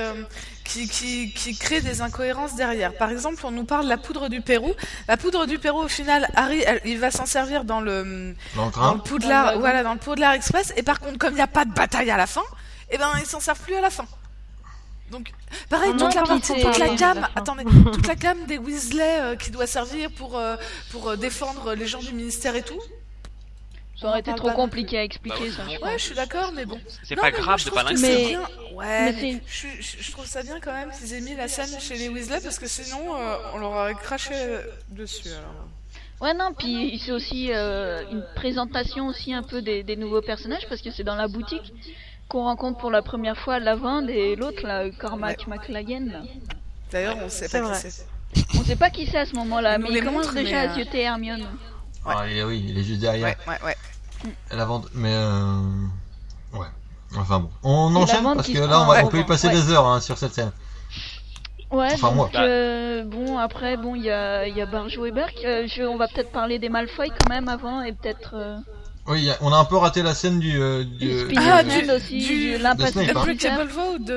qui créent des incohérences derrière. Par exemple, on nous parle de la poudre du Pérou. La poudre du Pérou, au final, Harry, il va s'en servir dans le Poudlard, voilà, dans le Poudlard Express. Et par contre, comme il n'y a pas de bataille à la fin, eh ben, ils s'en servent plus à la fin. Donc, pareil, toute la gamme, toute la gamme des Weasley qui doit servir pour défendre les gens du ministère et tout. Ça aurait été trop compliqué à expliquer ça. Ouais, je suis d'accord, mais bon. C'est pas grave de pas l'inclure. Mais... Ouais, mais je trouve ça bien quand même qu'ils aient mis la scène chez les Weasley parce que sinon on leur aurait craché dessus. Alors. Ouais, non, puis c'est aussi une présentation aussi un peu des nouveaux personnages parce que c'est dans la boutique qu'on rencontre pour la première fois Lavande et l'autre là, Cormac McLaggen. Là. D'ailleurs, on sait pas qui c'est. On sait pas qui c'est à ce moment-là, mais il commence montre, déjà à zioter Hermione. Ah, oui, il est juste derrière. Ouais. La vente, mais ouais. Enfin bon, on enchaîne parce que là on peut y passer des heures sur cette scène. Ouais, enfin, donc moi. bon après il y a Barjo et Berk. On va peut-être parler des Malfoy quand même avant et peut-être. Oui, on a un peu raté la scène du l'impasse de Snape, du tisseur.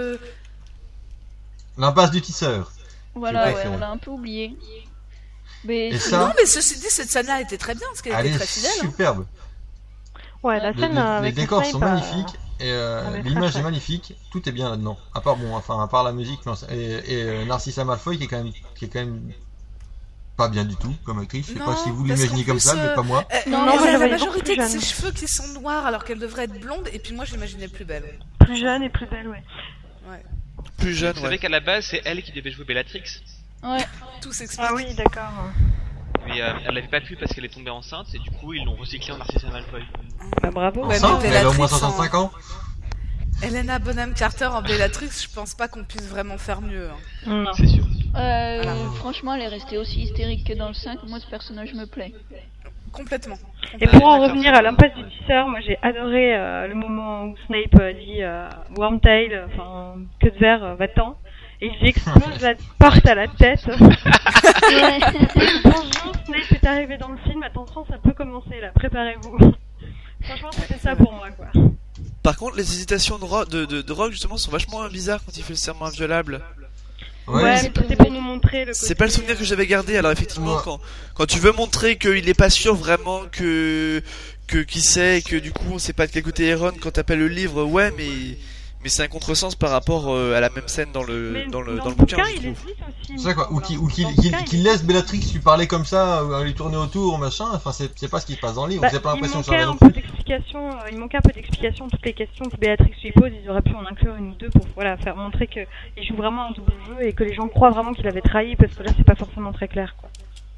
L'impasse du tisseur. Voilà, ouais, on l'a un peu oublié. Mais non, mais ceci dit, cette scène-là était très bien parce qu'elle était très fidèle. Superbe. Ouais, la scène les décors sont magnifiques et l'image est magnifique. Tout est bien là-dedans. À part la musique et Narcissa Malfoy qui est quand même pas bien du tout comme actrice. Je sais pas Non, si vous parce l'imaginez qu'en comme ça, plus, mais pas moi. Non, elle moi, je a la la voyais majorité de beaucoup ses plus cheveux qui sont noirs alors qu'elle devrait être blonde, et puis moi je l'imaginais plus belle. Plus jeune et plus belle, ouais. Ouais, Plus jeune, Vous savez ouais. qu'à la base, c'est elle qui devait jouer Bellatrix. Ouais. tout s'explique. Ah oui, d'accord. Mais elle n'avait pas pu parce qu'elle est tombée enceinte, et du coup, ils l'ont recyclée en Narcissa Malfoy. Bah bravo. Ouais, Enceinte, mais mais elle a au moins Bellatrix, 65 ans. Helena Bonham Carter en Bellatrix, je pense pas qu'on puisse vraiment faire mieux. Hein. Non. C'est sûr. Franchement, elle est restée aussi hystérique que dans le 5. Moi, ce personnage me plaît. Complètement. Et pour en D'accord. revenir à l'impasse du tisseur, moi j'ai adoré le moment où Snape dit Wormtail, enfin, queue de verre, va-t'en. Et il lui explose la porte à la tête. Ouais. Bonjour, Snape est arrivé dans le film, attention, ça peut commencer là, préparez-vous. Franchement, c'était ça pour moi, quoi. Par contre, les hésitations de Rogue, justement, sont vachement bizarres quand il fait le serment inviolable. Ouais, Ouais, c'est- mais c'est pour nous montrer le côté... C'est pas le souvenir que j'avais gardé. Alors effectivement, Ouais. quand tu veux montrer qu'il est pas sûr vraiment que qui sait et que du coup on sait pas de quel côté est Ron quand t'appelles le livre, ouais, mais c'est un contresens par rapport à la même scène dans le bouquin, je il trouve. hésite aussi. C'est ça quoi, ou Dans le qu'il bouquin, il laisse Bellatrix lui parler comme ça, lui tourner autour, machin, enfin c'est pas ce qui se passe dans le livre, Bah, j'ai pas l'impression que ça il va manquait non un peu plus. d'explications, il manquait un peu d'explications, toutes les questions que Béatrix lui pose, ils auraient pu en inclure une ou deux pour voilà, faire montrer qu'il joue vraiment un double jeu et que les gens croient vraiment qu'il avait trahi, parce que là c'est pas forcément très clair, quoi.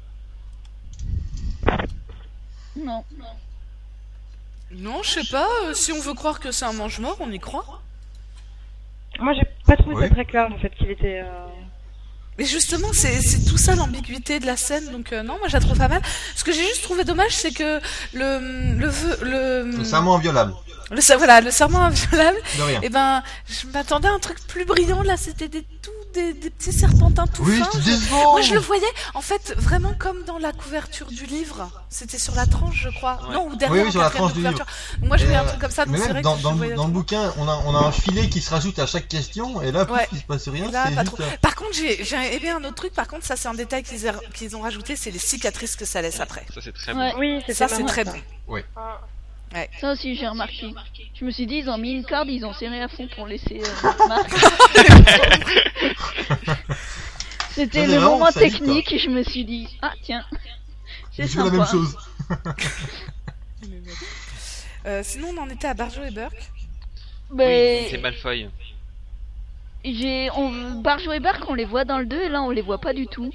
Non. Non, je sais pas, si on veut croire que c'est un mange-mort, on y croit. Moi j'ai pas trouvé Ouais. ça très clair le fait qu'il était... Mais justement, c'est tout ça l'ambiguïté de la scène, donc non, moi je la trouve pas mal. Ce que j'ai juste trouvé dommage, c'est que Le serment inviolable, le serment inviolable, de rien. et ben, je m'attendais à un truc plus brillant, là, c'était des petits serpentins tout Oui, fins. c'est décevant. Moi je le voyais, en fait, vraiment comme dans la couverture du livre. C'était sur la tranche, je crois. Ouais. Non, ou derrière Oui, sur la quatrième tranche du couverture. Donc moi je voyais un truc comme ça, donc Mais c'est même vrai dans, que je dans, voyais dans le bouquin, on a un filet qui se rajoute à chaque question, et là, Ouais. il se passe rien, Et là, c'est pas juste... trop. Par contre, j'ai aimé un autre truc. Par contre, ça c'est un détail qu'ils ont rajouté, c'est les cicatrices que ça laisse après. Ça, c'est très bon. Ouais. Oui, Ça c'est marrant, très ça. bon. Ça aussi, j'ai remarqué. Je me suis dit, ils ont mis une corde, ils ont serré à fond pour laisser marque. C'était Ça, c'est le vraiment moment sadique, technique et je me suis dit, ah tiens, c'est Il fait sympa. la même chose. Sinon, on en était à Barjo et Burke. Mais Oui, c'est Malfoy. Barjo et Burke, on les voit dans le 2 et là on les voit pas du tout.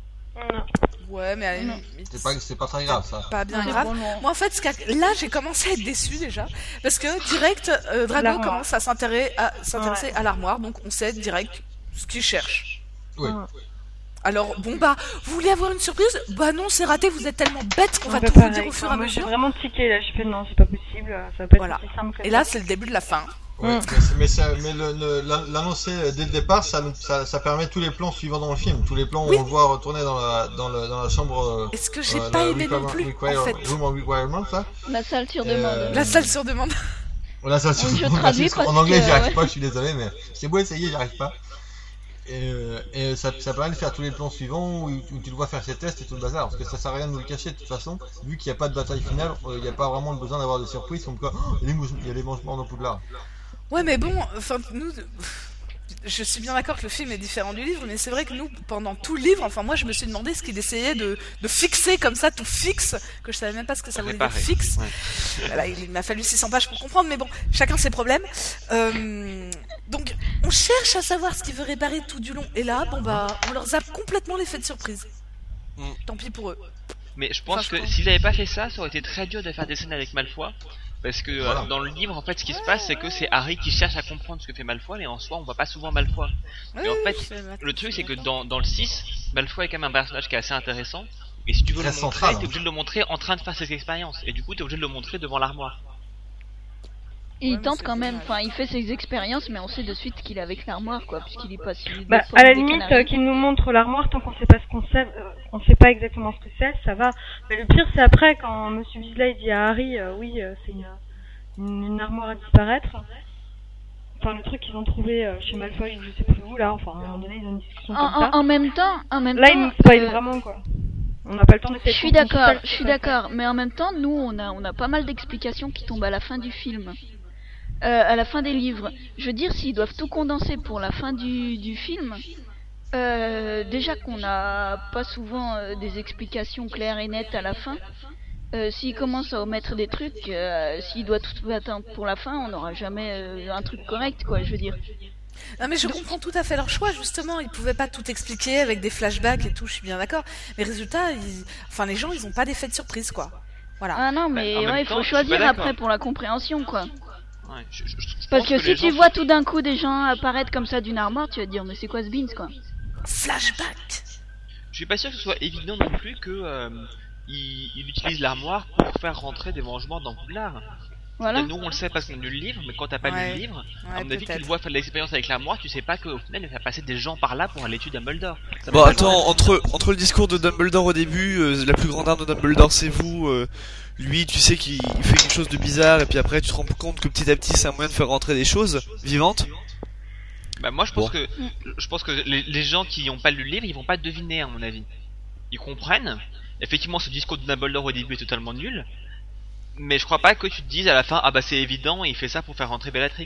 Ouais, mais à la Non. limite, C'est pas très grave, ça. pas bien Ouais, grave. bon, non. Moi, en fait, là, j'ai commencé à être déçue déjà, parce que direct, Drago L'armoire. commence à s'intéresser à l'armoire, donc on sait direct ce qu'il cherche. Oui. Alors, bon bah, vous voulez avoir une surprise? Bah non, c'est raté, vous êtes tellement bêtes qu'on va Bah, tout vous pareil, dire au fur et quoi. à Moi j'ai mesure. vraiment tiqué là, j'ai fait non, c'est pas possible, ça va pas Voilà. être aussi simple que Et là, ça. c'est le début de la fin. Ouais, mais l'annoncer dès le départ, ça permet tous les plans suivants dans le film. Tous les plans où Oui. on le voit retourner dans la chambre. Et ce que j'ai pas aimé non plus, en fait. Room of Requirement, ça. La salle sur Euh, demande. La salle sur demande. Là, ça Oui, je traduis parce En anglais, que, j'y arrive ouais. pas, je suis désolé, mais c'est beau essayer, j'y arrive pas. Et ça permet de faire tous les plans suivants où tu le vois faire ses tests et tout le bazar. Parce que ça sert à rien de nous le cacher de toute façon. Vu qu'il n'y a pas de bataille finale, il n'y a pas vraiment besoin d'avoir de surprises comme quoi il y a les mangements dans Poudlard. Ouais, mais bon, enfin, nous, je suis bien d'accord que le film est différent du livre, mais c'est vrai que nous, pendant tout le livre, enfin, moi, je me suis demandé ce qu'il essayait de fixer comme ça, tout fixe, que je savais même pas ce que ça voulait dire Réparer. fixe. Ouais. Voilà, il m'a fallu 600 pages pour comprendre, mais bon, chacun ses problèmes. Donc, on cherche à savoir ce qu'il veut réparer tout du long, et là, bon bah, on leur zappe complètement l'effet de surprise. Mm. Tant pis pour eux. Mais je pense Enfin, je que pense. s'ils avaient pas fait ça, ça aurait été très dur de faire des scènes avec Malfoy. Parce que Voilà. dans le livre, en fait, ce qui se passe, c'est que c'est Harry qui cherche à comprendre ce que fait Malfoy, et en soi, on voit pas souvent Malfoy. Mais en fait, le truc, c'est que dans le 6, Malfoy est quand même un personnage qui est assez intéressant. Et si tu veux Très le montrer, central, t'es hein. obligé de le montrer en train de faire ses expériences. Et du coup, t'es obligé de le montrer devant l'armoire. Et il mais tente c'est quand même, dommage. enfin il fait ses expériences mais on sait de suite qu'il est avec l'armoire quoi, puisqu'il est pas si... Bah, à la limite, qu'il nous montre l'armoire tant qu'on sait pas ce qu'on sait, on sait pas exactement ce que c'est, ça va. Mais le pire, c'est après quand Monsieur Weasley dit à Harry, oui, c'est une armoire à disparaître. Enfin, le truc qu'ils ont trouvé chez Malfoy, je sais plus où là. Enfin, à un moment donné, ils ont une discussion comme ça. En même temps, Là, ils nous spoilent vraiment quoi. On n'a pas le temps d'essayer. Je suis d'accord, mais en même temps, nous, on a pas mal d'explications qui tombent à la fin du film, à la fin des livres. Je veux dire, s'ils doivent tout condenser pour la fin du film, Déjà qu'on n'a pas souvent des explications claires et nettes à la fin. S'il commence à omettre des trucs, s'il doit tout attendre pour la fin, on n'aura jamais un truc correct, quoi, je veux dire. Non mais je comprends tout à fait leur choix, justement, ils pouvaient pas tout expliquer avec des flashbacks et tout, je suis bien d'accord. Mais résultat, les gens, ils ont pas d'effet de surprise, quoi. Voilà. Ah non, mais En même ouais, il temps, faut je suis pas choisir d'accord. après pour la compréhension, quoi. Ouais, je Parce pense que si les tu gens vois tout d'un coup des gens apparaître comme ça d'une armoire, tu vas te dire, mais c'est quoi ce beans, quoi. Flashback. Je suis pas sûr que ce soit évident non plus que il utilise l'armoire pour faire rentrer des vengements dans Poudlard. Voilà. Nous on le sait parce qu'on a lu le livre, mais quand t'as pas lu Ouais. le livre, Ouais, à mon avis tu peut-être. le vois faire de l'expérience avec l'armoire, tu sais pas qu'au final il va passer des gens par là pour aller tuer Dumbledore. Ça Bon, va pas attends, entre le discours de Dumbledore au début, la plus grande arme de Dumbledore c'est vous, lui tu sais qu'il fait quelque chose de bizarre, et puis après tu te rends compte que petit à petit c'est un moyen de faire rentrer des choses vivantes. Bah moi je pense Bon. que les gens qui ont pas lu le livre, ils vont pas deviner à mon avis. Ils comprennent. Effectivement ce discours de Dumbledore au début est totalement nul. Mais je crois pas que tu te dises à la fin ah bah c'est évident, il fait ça pour faire rentrer Bellatrix.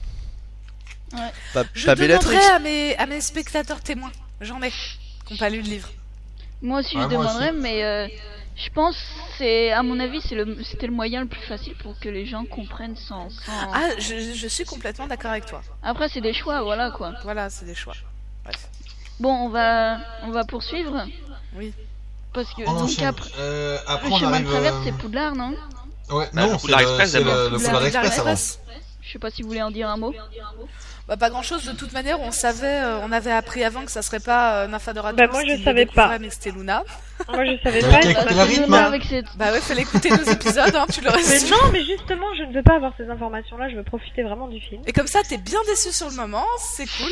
Pas Je Bellatrix. demanderai à mes spectateurs témoins, j'en ai, qui n'ont pas lu le livre. Moi aussi, Ouais, je moi demanderais, aussi. mais je pense, à mon avis, c'était le moyen le plus facile pour que les gens comprennent sans... Ah, je suis complètement d'accord avec toi. Après, c'est des choix, voilà, quoi. Voilà, c'est des choix. Bref. Bon, on va poursuivre. Oui. Parce que, On donc, enchaîne. après, Après le on chemin arrive. de traverse, c'est Poudlard, non? Ouais, Bah, non, le c'est Poudlard Express, c'est d'abord. le Poudlard Express avant. Je sais pas si vous voulez en dire un mot. Bah, pas grand chose, de toute manière, on savait, on avait appris avant que ça serait pas Nymphadora Bah, Tonks moi, je qui le savais pas. découvrait, mais que c'était Luna. Moi, je savais Bah, pas. quel- et ça quel m'a rythme, fait mal. hein. Avec cette... Bah ouais, fallait écouter nos épisodes, hein, tu l'aurais Mais su. non, mais justement, je ne veux pas avoir ces informations-là. Je veux profiter vraiment du film. Et comme ça, t'es bien déçu sur le moment, c'est cool.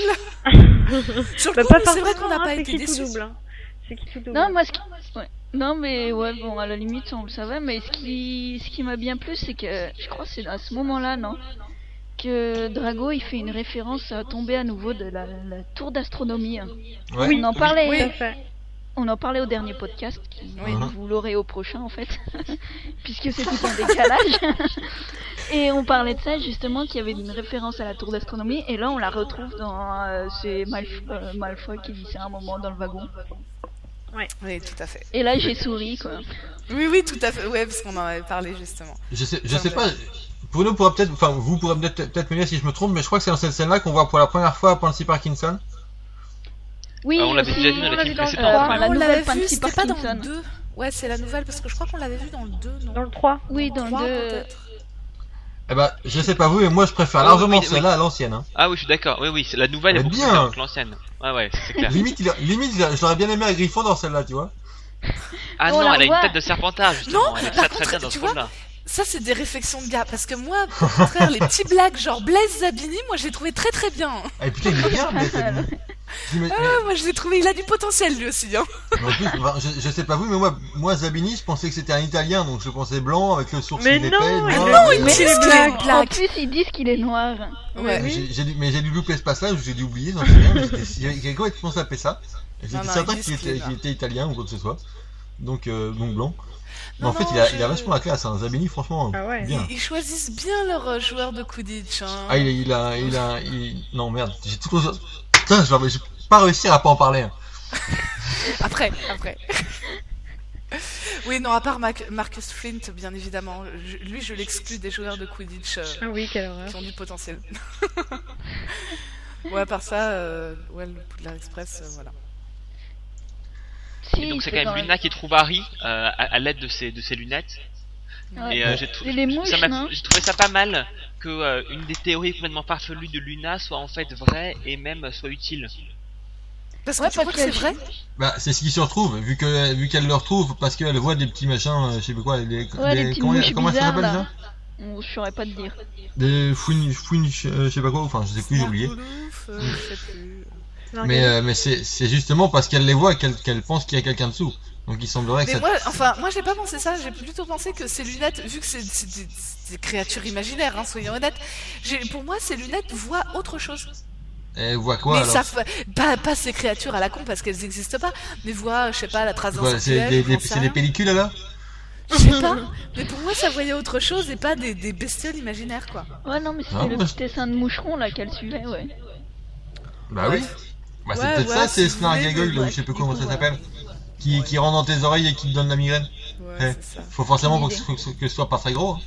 Sur le Bah, coup, pas mais c'est vrai qu'on forcément, n'a hein, pas c'est été qui tout déçus. double. Hein. C'est qui tout double. Non, moi, ouais. Non, mais ouais, bon, à la limite, on le savait, mais ce qui m'a bien plu, c'est que, je crois que c'est à ce moment-là, non? Que Drago, il fait une référence à tomber à nouveau de la tour d'astronomie. Hein. Ouais. On en parlait. Oui. Tout à fait. On en parlait au dernier podcast, Oui. vous l'aurez au prochain en fait, puisque c'est tout un décalage. Et on parlait de ça justement, qu'il y avait une référence à la tour d'astronomie, et là on la retrouve dans c'est Malfoy qui dit ça à un moment dans le wagon. Oui, tout à fait. Et là j'ai souri quoi. Oui, tout à fait. Ouais, parce qu'on en avait parlé justement. Je sais pas. Bruno pourra peut-être, enfin vous pourrez peut-être me dire si je me trompe, mais je crois que c'est dans cette scène-là qu'on voit pour la première fois Pansy Parkinson. Oui, Ah, on l'avait aussi, déjà vu dans on les l'a films vu dans le précédents. enfin, la on nouvelle l'avait vu, Pansy c'était pas dans Parkinson. le 2. Ouais, c'est la nouvelle, parce que je crois qu'on l'avait vu dans le 2, non? Dans le 3. Oui, dans le 3, 2. peut-être. Eh ben, je sais pas vous, mais moi je préfère Oh, largement oui, celle-là à l'ancienne. Hein. Ah oui, je suis d'accord. Oui, c'est la nouvelle est Mais beaucoup bien. plus différente que l'ancienne. Ouais, c'est clair. Limite, je l'aurais bien aimé à Griffon dans celle-là, tu vois. Ah On non, la elle a une revoit. tête de Serpentard justement. Non, Elle est par très contre, bien dans tu ce vois, rôle-là. Ça, c'est des réflexions de gars, parce que moi, au contraire, les petits blagues genre Blaise Zabini, moi, je les trouvais très très bien. Eh putain, il est bien, mais Ah, moi, je l'ai trouvé, il a du potentiel lui aussi, hein. en plus, enfin, je sais pas vous, mais moi Zabini, je pensais que c'était un Italien, donc je le pensais blanc avec le sourcil Mais épais. non, noir, non, et- il Mais dit qu'il en est black. plus ils disent qu'il est noir. Ouais. J'ai dû louper ce passage, j'ai dû oublier, j'en sais rien, mais j'avais complètement sapé ça. Et Non, j'étais non, certain ils disent qu'il qu'il est là. était italien ou quoi que ce soit. Donc blanc. Mais Non, en fait, non, il a vachement la classe, hein. Zabini, franchement, Ah ouais. bien. Ils choisissent bien leurs joueurs de Quidditch, hein. Ah, non, merde, j'ai tout. Putain, je vais pas réussir à pas en parler. Hein. Après. Oui, non, à part Marcus Flint, bien évidemment. Lui, je l'exclus des joueurs de Quidditch Ah oui, quelle horreur. qui ont du potentiel. Ouais, à part ça, ouais, le Poudlard Express, voilà. Si, Et donc c'est c'est quand même Luna qui trouve Harry à l'aide de ses lunettes. Ouais. Et Ouais. C'est les mouches, non? j'ai trouvé ça pas mal que une des théories complètement farfelues de Luna soit en fait vraie et même soit utile. Parce Ouais, que tu crois que c'est vrai? Bah, c'est ce qui se retrouve, vu qu'elle le retrouve, parce qu'elle voit des petits machins, je sais pas quoi, Ouais, les petites comment mouches ça bizarres s'appelle là. ça? Je saurais pas te dire. Des fouines, je sais pas quoi, enfin, je sais plus, j'ai oublié. Smartoulouf, je sais plus. Non, Mais c'est justement parce qu'elle les voit qu'elle pense qu'il y a quelqu'un dessous. Donc il semblerait que Mais ça. moi j'ai pas pensé ça, j'ai plutôt pensé que ces lunettes, vu que c'est des créatures imaginaires, hein, soyons honnêtes, pour moi ces lunettes voient autre chose. Elle voit quoi Mais alors? ça pas ces créatures à la con parce qu'elles existent pas, mais voient, je sais pas, la trace d'un Quoi, c'est sensuel, j'en sais c'est des rien. pellicules là? Je sais pas, mais pour moi ça voyait autre chose et pas des bestioles imaginaires quoi. Ouais, non, mais c'était Ah, le moi, petit dessin de moucheron là qu'elle suivait, ouais. Bah Ouais. oui. Bah, c'est Ouais, peut-être ouais, ça, si c'est vous Snark voulez, Gaggle, mais ou ouais, je sais plus du comment coup, ça ouais. s'appelle. Qui rentre dans tes oreilles et qui te donne la migraine. Ouais, c'est ça. Faut forcément Bonne que ce soit pas très gros.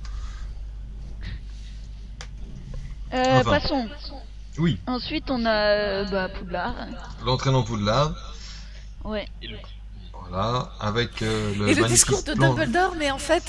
Enfin. Passons. Oui. Ensuite, on a Poudlard. L'entrée dans Poudlard. Ouais. Voilà. Avec le Et le magnifique discours de plan- Dumbledore, mais en fait,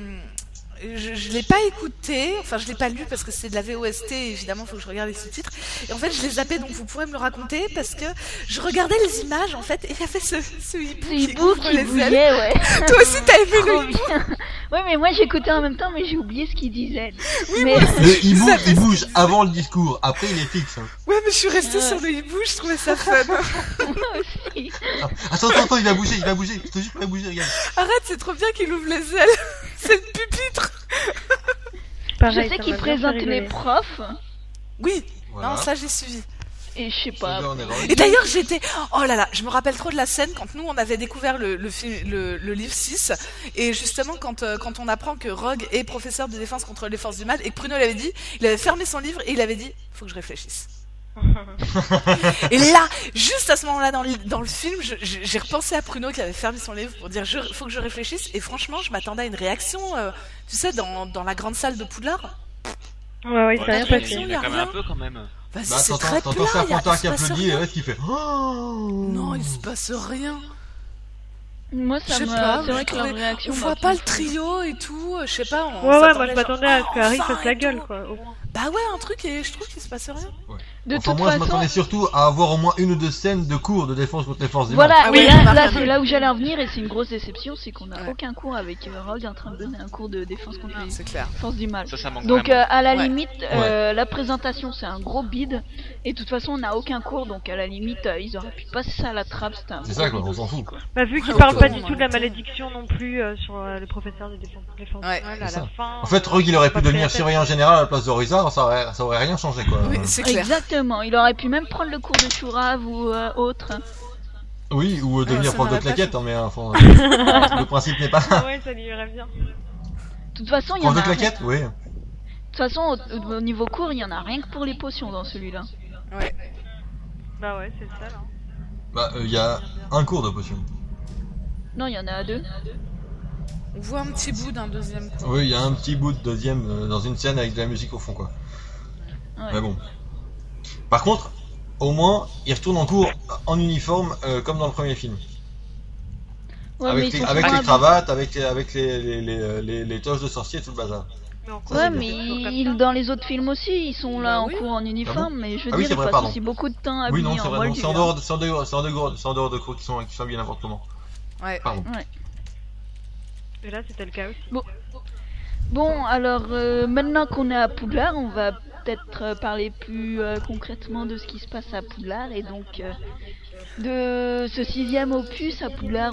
je l'ai pas écouté, enfin je l'ai pas lu parce que c'est de la VOST, et évidemment faut que je regarde les sous-titres. Et en fait je l'ai zappé, donc vous pourrez me le raconter parce que je regardais les images en fait et il y avait ce hibou C'est qui Hibou ouvre qui les ailes. bouillait, ouais. Toi aussi t'as vu Trop le hibou? bien. Ouais, mais moi j'écoutais en même temps, mais j'ai oublié ce qu'il disait. Oui, mais moi aussi. Le hibou, Ça, il bouge avant le discours. Après, il est fixe. Hein. Ouais, mais je suis restée Ouais. sur le hibou, je trouvais ça fun. moi aussi. Attends, il va bouger. Je te jure qu'il va bouger, regarde. Arrête, c'est trop bien qu'il ouvre les ailes. C'est le pupitre. Pareil, Je sais ça qu'il m'a bien fait présente les rigoler. profs, Oui, Voilà. non, ça j'ai suivi. et je sais pas. On est dans Et d'ailleurs, j'étais. Oh là là, je me rappelle trop de la scène quand nous on avait découvert le livre 6. Et justement, quand on apprend que Rogue est professeur de défense contre les forces du mal et que Pruno l'avait dit, il avait fermé son livre et il avait dit faut que je réfléchisse. Et là, juste à ce moment-là dans le film, j'ai repensé à Pruno qui avait fermé son livre pour dire faut que je réfléchisse. Et franchement, je m'attendais à une réaction, tu sais, dans la grande salle de Poudlard. Ouais, ça a la rien réaction, passé. Il y en a quand même un peu quand même. Vas-y, Bah, c'est très t'entends plat. Serpentard qui il se passe applaudit et rien. l'autre qui fait. Oh Non, il se passe rien. Moi, Je ça sais m'a. pas, C'est vrai je que leur trouvais- réaction. on m'a voit pas le plus- trio et tout, je sais pas. Ouais, moi s'attendait je m'attendais à ce que Harry enfin fasse la et gueule, tout. quoi, au moins. Bah ouais, un truc et je trouve qu'il se passe rien. De Enfin, toute moi, je façon. m'attendais surtout à avoir au moins une ou deux scènes de cours de défense contre les forces du Voilà, mal. Ah mais oui, là, on a là, rien c'est vu. là où j'allais en venir et c'est une grosse déception, c'est qu'on n'a Ouais. aucun cours avec Rogue en train de donner un cours de défense contre les C'est clair. forces du mal. Ça manque Donc vraiment. à la Ouais. limite, Ouais. la présentation c'est un gros bide et de toute façon on n'a aucun cours, donc à la limite ils auraient pu passer ça à la trappe. C'était un C'est gros ça, quoi, bide on s'en aussi, fout. quoi. Bah, vu qu'il Ouais, parle pas autant, du en tout de la même temps. malédiction non plus sur le professeur de défense contre les forces. Ouais. Voilà, C'est à ça. la fin. En fait, Rogue, il aurait pu pas devenir pris la tête. surveillant général à la place de Rizard, ça aurait rien changé, quoi. Oui, c'est clair. Exactement, il aurait pu même prendre le cours de Chourave ou autre. Oui, ou devenir ça prof de m'aurait pas claquette, fait. hein, mais enfin, le principe n'est pas Ah là. ouais, ça lui irait bien. De toute façon, il y en Prof de a. claquette, oui. De toute façon, au niveau cours, il y en a rien que pour les potions dans celui-là. Ouais. Bah ouais, c'est ça là. Bah, il y a un cours de potion. Non, il y en a deux. On voit un petit bout d'un deuxième coup. Oui, il y a un petit bout de deuxième dans une scène avec de la musique au fond, quoi. Ouais. Mais bon. Par contre, au moins, il retourne en cours en uniforme, comme dans le premier film. Ouais, mais avec ils les, sont avec souvent les habillés. cravates, avec les toches de sorcier et tout le bazar. Mais en Ouais, cours, mais c'est dans les autres films aussi, ils sont là Bah en oui. cours en uniforme, mais je veux Ah oui, dire, c'est ils vrai, passent pardon. aussi beaucoup de temps Oui, habillés non, c'est en vrai, non, moldu. c'est en dehors de cours qui sont habillés n'importe comment. Ouais. Pardon. Et là, c'était le cas aussi. Bon, alors maintenant qu'on est à Poudlard, on va peut-être parler plus concrètement de ce qui se passe à Poudlard et donc de ce 6e opus à Poudlard.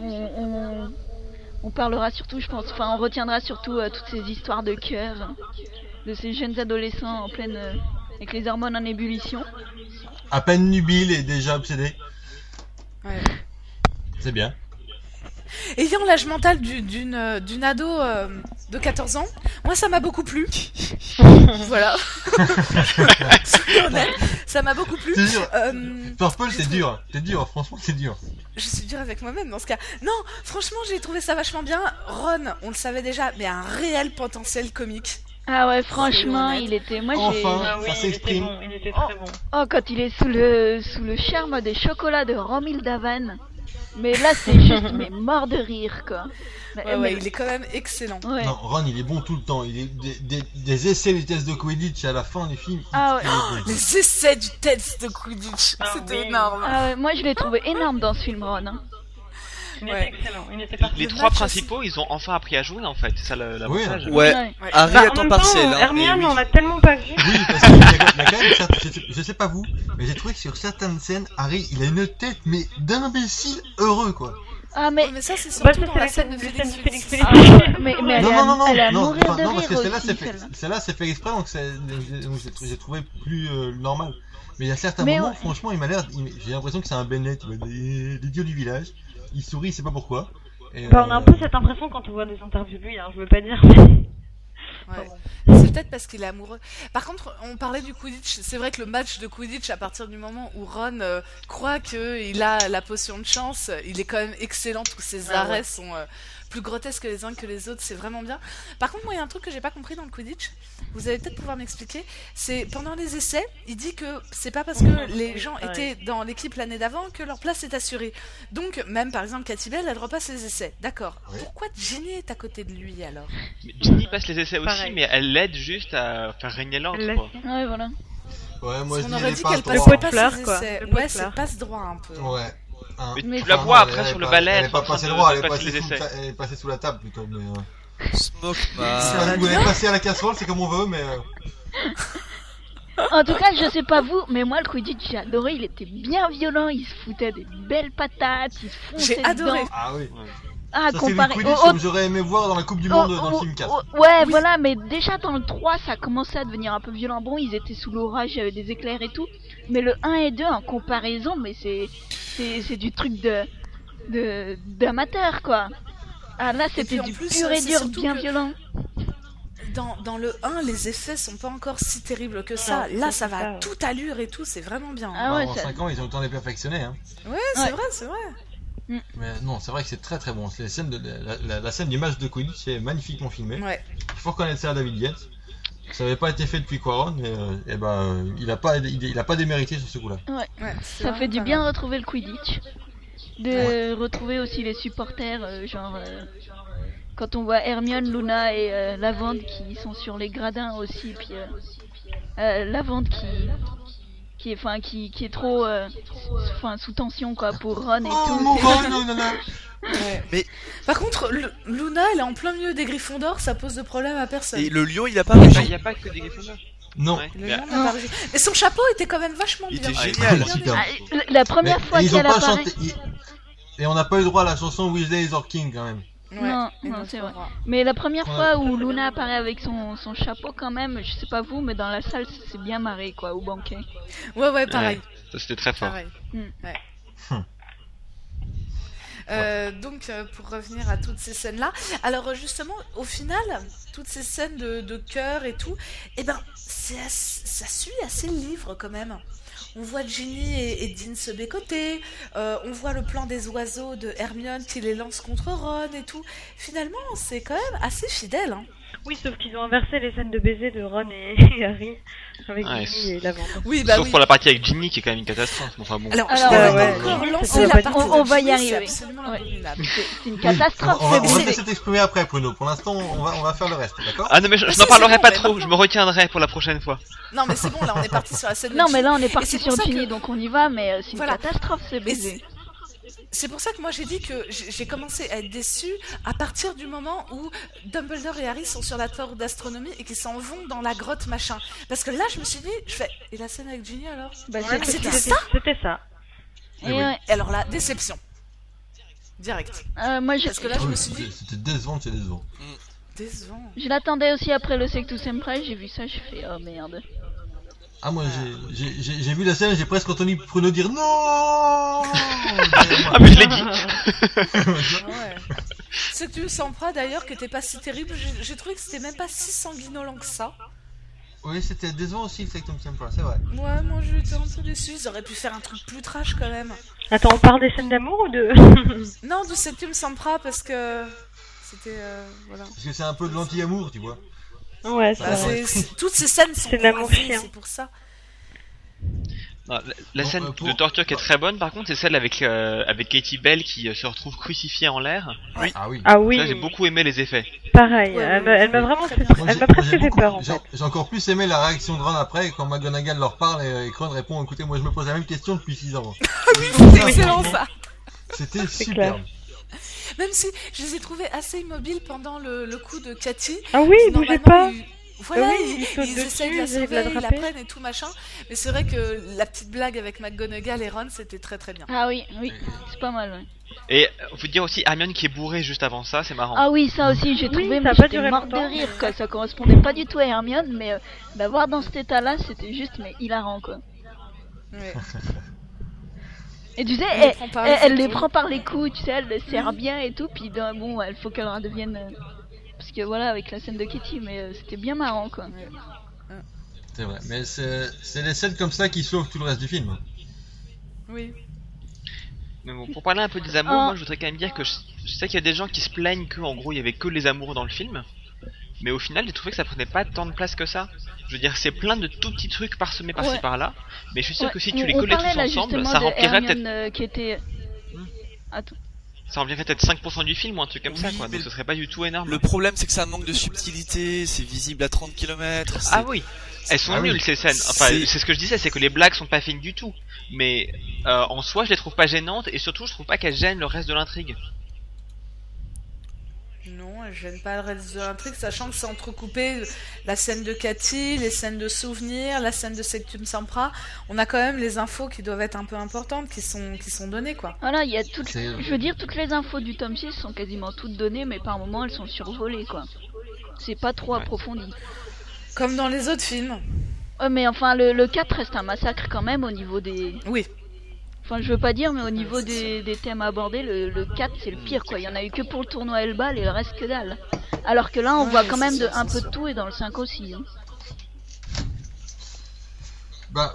On parlera surtout, je pense, enfin on retiendra surtout toutes ces histoires de cœur de ces jeunes adolescents en pleine avec les hormones en ébullition. À peine nubile et déjà obsédé. Ouais. C'est bien. Ayant l'âge mental d'une ado de 14 ans, moi ça m'a beaucoup plu. Voilà. Soyons honnêtes, ça m'a beaucoup plu. C'est dur. Purple, j'ai c'est trouvé- dur. C'est dur, franchement, c'est dur. Je suis dure avec moi-même dans ce cas. Non, franchement, j'ai trouvé ça vachement bien. Ron, on le savait déjà, mais un réel potentiel comique. Ah ouais, franchement, honnête. il était. Moi Enfin. Ah oui, Ça il était s'exprime. bon, il était très bon. oh quand il est sous le charme des chocolats de Romil Davan. Mais là, c'est juste mais mort de rire quoi. Ouais, il est quand même excellent. Ouais. Non, Ron, il est bon tout le temps. Il est des essais du test de Quidditch à la fin du film. Ah ouais. il est bon. Les essais du test de Quidditch, Ah c'était oui. énorme. Ah ouais, moi je l'ai trouvé énorme dans ce film Ron. Hein. Il Ouais. était excellent, il était parfait. Les Le trois match principaux, ils ont enfin appris à jouer en fait, c'est ça l'avantage. Ouais, Ouais. Harry Bah, à en temps même temps, partiel. Hein, Hermione, et oui. on l'a tellement pas vu. Oui, parce qu'il y a quand même je sais pas vous, mais j'ai trouvé que sur certaines scènes, Harry, il a une tête, mais d'imbécile heureux, quoi. Ah mais Ouais, mais ça, c'est Bah, surtout ça, dans c'est la la scène de scène Félix de Félix. Félix. ah, mais elle Non, est non, non, non, elle est à non, mourir de non, parce rire que celle-là, aussi. Celle-là. celle-là, c'est fait exprès, donc j'ai trouvé plus normal. Mais il y a certains Mais moments, ouais. franchement, j'ai l'impression que c'est un Bennett, l'idiot du village. Il sourit, il sait pas pourquoi. Et, Bah, on a un peu cette impression quand on voit des interviews de lui, hein, je veux pas dire. Ouais. C'est peut-être parce qu'il est amoureux. Par contre, on parlait du Quidditch. C'est vrai que le match de Quidditch, à partir du moment où Ron croit qu'il a la potion de chance, il est quand même excellent. Tous ses arrêts sont plus grotesques les uns que les autres. C'est vraiment bien. Par contre, moi, il y a un truc que j'ai pas compris dans le Quidditch. Vous allez peut-être pouvoir m'expliquer. C'est pendant les essais, il dit que c'est pas parce que les gens étaient dans l'équipe l'année d'avant que leur place est assurée. Donc, même par exemple, Katy Bell, elle repasse les essais. D'accord. Oui. Pourquoi Ginny est à côté de lui alors? Mais Ginny passe les essais aussi, Pareil. mais elle l'aide juste à faire régner l'ordre, Elle quoi. Ouais, voilà. Ouais, moi je On dis aurait les dit passes qu'elle droit. passait pot de pas fleurs, ses quoi. essais. Le pot de Ouais, c'est fleurs. passe droit un peu. Ouais. Hein. Mais Tu la Enfin, vois non, après elle sur est le pas- balai, Elle elle est est pas en train passée de droit, elle est passer passée les sous, essais. elle est passée sous la table plutôt. Mais, Smoke Ça man. va vous bien. l'avez passée à la casserole, c'est comme on veut, mais. En tout cas, je sais pas vous, mais moi le Quidditch j'ai adoré, il était bien violent, il se foutait des belles patates, il se fonçait J'ai adoré. dedans. Ah oui. Ah, Ça, c'est le comparé Quidditch comme j'aurais aimé voir dans la Coupe du Monde dans le film 4. ouais, voilà, mais déjà dans le 3, ça commençait à devenir un peu violent. Bon, ils étaient sous l'orage, il y avait des éclairs et tout, mais le 1 et 2 en comparaison, mais c'est du truc d'amateur quoi. Ah là, c'était puis, en du plus, pur et c'est dur, surtout bien que- violent. Dans le 1, les effets sont pas encore si terribles que ça. Non, Là, c'est ça va ça, à ouais. toute allure et tout, c'est vraiment bien. Ah ouais, en ça- 5 ans, ils ont le temps de les perfectionner. Hein. Ouais, c'est Ouais. vrai, c'est vrai. Mais non, c'est vrai que c'est très très bon. Les scènes la scène du match de Quidditch est magnifiquement filmée. Ouais. Il faut reconnaître ça à David Yates. Ça n'avait pas été fait depuis Quaron, il a pas démérité sur ce coup-là. Ouais, c'est Ça vraiment fait du pas bien de mal. retrouver le Quidditch. De retrouver aussi les supporters, quand on voit Hermione, Luna et Lavande qui sont sur les gradins aussi, puis Lavande qui est trop sous tension quoi pour Ron et Oh tout. mon c'est- Ron, non, non, non. Ouais. Mais- Par contre, Luna, elle est en plein milieu des Griffons d'or, ça pose de problème à personne. Et le lion, il a pas réussi. Il n'y a pas que des Gryffondors. Non. Ouais. Le Mais- lion n'a pas réussi. Mais son chapeau était quand même vachement Il bien. était Ah, génial. bien Super. découpé. Ah, la première fois ils ont qu'elle pas apparaît. chanté. Et on n'a pas eu droit à la chanson Weasley is our king quand même. Ouais, Non, et non, notre c'est vrai. roi. Mais la première Ouais. fois où Luna apparaît avec son chapeau quand même, je sais pas vous, mais dans la salle c'est bien marré quoi, au banquet. Ouais, pareil. Ouais, ça c'était très fort. Pareil. Hmm. Ouais. Hmm. Donc, pour revenir à toutes ces scènes-là, alors justement, au final, toutes ces scènes de cœur et tout, eh ben, ça suit assez le livre quand même. On voit Ginny et Dean se bécoter, on voit le plan des oiseaux de Hermione qui les lance contre Ron et tout. Finalement, c'est quand même assez fidèle. Hein. Oui, sauf qu'ils ont inversé les scènes de baiser de Ron et Harry avec Ouais, Ginny et Lavande. Oui, Sauf pour la partie avec Ginny qui est quand même une catastrophe. Enfin bon. Alors, Alors, je n'avais ouais, pas encore ouais. lancé Ça la va pas partie on de va y Ginny, arriver. c'est absolument Ouais. abominable. C'est une catastrophe. On va mais laisser t'exprimer après, Bruno. Pour l'instant, on va faire le reste, d'accord? Ah non mais je C'est n'en parlerai bon, pas mais trop, maintenant- je me retiendrai pour la prochaine fois. Non, mais c'est bon, là, on est parti sur la scène de Non mais Ginny. là on est Et parti c'est pour sur ça Ginny que- donc on y va, mais c'est une Voilà. catastrophe ce Et baiser. c'est pour ça que moi j'ai dit que j'ai commencé à être déçue à partir du moment où Dumbledore et Harry sont sur la tour d'astronomie et qu'ils s'en vont dans la grotte machin. Parce que là je me suis dit, et la scène avec Ginny alors? Bah, Ouais, c'est c'était ça. ça. C'était ça. Et oui. ouais. Et alors là, déception. Direct. Moi Parce que là je Ah me oui, suis dit, c'était décevant, c'est décevant. décevant. je l'attendais aussi après le Sectus Sempra, j'ai vu ça, j'ai fait oh merde. Ah moi j'ai vu la scène, j'ai presque entendu Bruno dire non. Ah mais je l'ai dit. Ouais. Ce que tu sens pas d'ailleurs que t'es pas si terrible, j'ai trouvé que c'était même pas si sanguinolent que ça. Oui, c'était décevant aussi le Sectum Sempra, c'est vrai. Ouais, moi j'étais un peu déçue, ils auraient pu faire un truc plus trash quand même. Attends, on parle des scènes d'amour ou de... Non, du Septum Sempra parce que c'était voilà. Parce que c'est un peu de l'anti-amour, tu vois. Ouais, c'est Bah, vrai. toutes ces scènes sont C'est de l'amour croisées, chien. c'est pour ça. Non, la Bon, scène pour- de torture qui est très bonne par contre c'est celle avec Katie Bell qui se retrouve crucifiée en l'air. Ah oui. Ah oui, Ça j'ai beaucoup aimé les effets. pareil. Ouais, Elle m'a vraiment très fait... bien. Moi, Elle j'ai- m'a moi, presque j'ai fait beaucoup- peur en j'ai- fait. J'ai encore plus aimé la réaction de Ron après quand McGonagall leur parle et Ron répond écoutez, moi je me pose la même question depuis 6 ans. C'est excellent ça. C'était C'est superbe. Même si je les ai trouvés assez immobiles pendant le coup de Cathy. Ah oui, qui, bougez normalement, pas. Voilà, Ah oui, ils sautent ils essayent de dessus, la ils essayent de sauver, ils la l'attraper. prennent et tout machin. Mais c'est vrai que la petite blague avec McGonagall et Ron, c'était très très bien. Ah oui, c'est pas mal. Ouais. Et faut dire aussi Hermione qui est bourrée juste avant ça, c'est marrant. Ah oui, ça aussi j'ai Oui, trouvé, ça mais a pas j'étais duré morte de longtemps. rire quoi, ça correspondait pas du tout à Hermione, mais la voir dans cet état-là, c'était juste mais hilarant quoi. Ouais. Et tu sais, Elle les prend par les elle les épaules. prend par les coups, tu sais, elle les serre bien et tout, puis bon, il faut qu'elle redevienne... parce que voilà, avec la scène de Kitty, mais c'était bien marrant quoi. C'est vrai, mais c'est les scènes comme ça qui sauvent tout le reste du film. Oui. Mais bon, pour parler un peu des amours, moi je voudrais quand même dire que je sais qu'il y a des gens qui se plaignent que en gros il y avait que les amours dans le film. Mais au final, j'ai trouvé que ça prenait pas tant de place que ça. Je veux dire, c'est plein de tout petits trucs parsemés par-ci par-là. Mais je suis sûr que si tu les collais tous ensemble, ça remplirait peut-être. Qui était... Attends. Ça remplirait peut-être 5% du film ou un truc comme ça, quoi. Donc ce serait pas du tout énorme. Le problème, c'est que ça manque de subtilité, c'est visible à 30 km. Ah oui, elles sont nulles ces scènes. Enfin, c'est ce que je disais, c'est que les blagues sont pas fines du tout. Mais en soi, je les trouve pas gênantes et surtout, je trouve pas qu'elles gênent le reste de l'intrigue. Non, elle gêne pas le reste de l'intrigue, sachant que c'est entrecoupé la scène de Cathy, les scènes de souvenirs, la scène de Sectum Sempra. On a quand même les infos qui doivent être un peu importantes, qui sont données, quoi. Voilà, il y a toutes... Je veux dire, toutes les infos du tome 6 sont quasiment toutes données, mais par moments elles sont survolées, quoi. C'est pas trop approfondi. Comme dans les autres films. Mais enfin, le 4 reste un massacre quand même au niveau des... Oui. Enfin, je veux pas dire, mais au niveau des thèmes abordés, le 4 c'est le pire quoi. Il y en a eu que pour le tournoi Elbal et le reste que dalle. Alors que là, on voit quand même un peu de tout et dans le 5 aussi. Hein. Bah,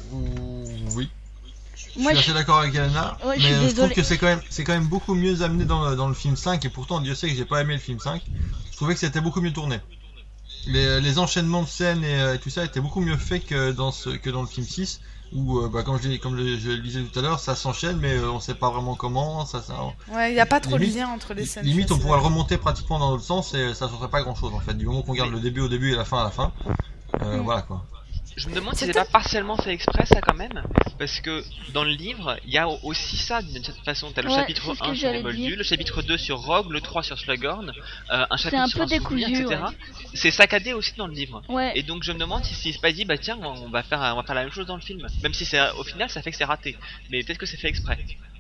oui. Moi, je suis assez d'accord avec Elena, ouais, mais je trouve que c'est quand même beaucoup mieux amené dans le film 5 et pourtant Dieu sait que j'ai pas aimé le film 5. Je trouvais que c'était beaucoup mieux tourné. Les enchaînements de scènes et tout ça étaient beaucoup mieux faits que dans le film 6. Où, comme je le disais tout à l'heure, ça s'enchaîne, mais on sait pas vraiment comment. Ouais, il n'y a pas trop de lien entre les scènes. Limite, on pourrait le remonter pratiquement dans l'autre sens et ça ne changerait pas grand chose en fait. Du moment qu'on garde le début au début et la fin à la fin. Voilà quoi. Je me demande si c'est pas partiellement fait exprès ça quand même, parce que dans le livre, il y a aussi ça d'une certaine façon. T'as le chapitre 1 sur les Moldus, le chapitre 2 sur Rogue, le 3 sur Slughorn, un chapitre sur un souvenir, etc. C'est saccadé aussi dans le livre. Ouais. Et donc je me demande si c'est pas dit, bah tiens, on va faire la même chose dans le film. Même si au final ça fait que c'est raté. Mais peut-être que c'est fait exprès.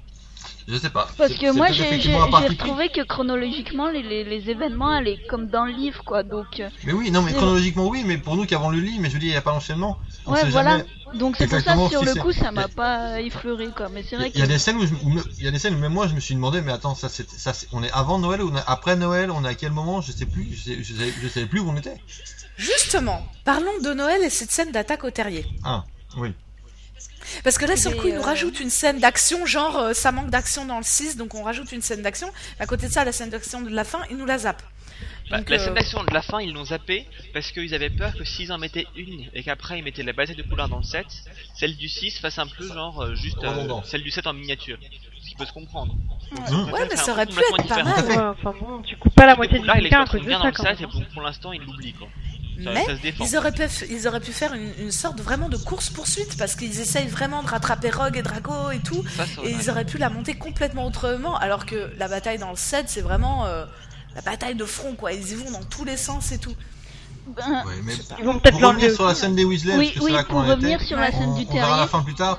Je sais pas. Parce que moi j'ai retrouvé que chronologiquement les événements allaient comme dans le livre quoi, donc... Mais oui, non mais chronologiquement oui, mais pour nous qui avons lu le livre, mais je veux dire il n'y a pas d'enchaînement. Ouais voilà, donc c'est pour ça sur le coup ça m'a pas effleuré quoi, mais c'est vrai que... Il y a des scènes où même moi je me suis demandé, mais attends, on est avant Noël ou après Noël, on est à quel moment, je sais plus, je savais plus où on était. Justement, parlons de Noël et cette scène d'attaque au terrier. Ah, oui. Parce que là, sur le coup, il nous rajoute une scène d'action, genre ça manque d'action dans le 6, donc on rajoute une scène d'action. À côté de ça, la scène d'action de la fin, il nous la zappe. Donc, la scène d'action de la fin, ils l'ont zappé parce qu'ils avaient peur que s'ils en mettaient une et qu'après ils mettaient la bataille de Poulard dans le 7, celle du 6 fasse un peu genre juste celle du 7 en miniature. Ce qui peut se comprendre. Ouais, mais ça aurait pu être pas mal. Ouais, enfin bon, tu coupes pas la moitié du bouquin à cause de bien ça dans le quand 7 même. et pour l'instant ils l'oublient quoi. Mais ils auraient pu faire une sorte vraiment de course-poursuite parce qu'ils essayent vraiment de rattraper Rogue et Drago et tout, et ils auraient pu la monter complètement autrement, alors que la bataille dans le 7 c'est vraiment la bataille de front quoi, ils y vont dans tous les sens et tout. Ouais, mais Ils vont peut-être pour revenir sur la aussi. scène des Weasley, parce que c'est là qu'on pour en revenir était, sur la scène du on verra terrier. la fin plus tard.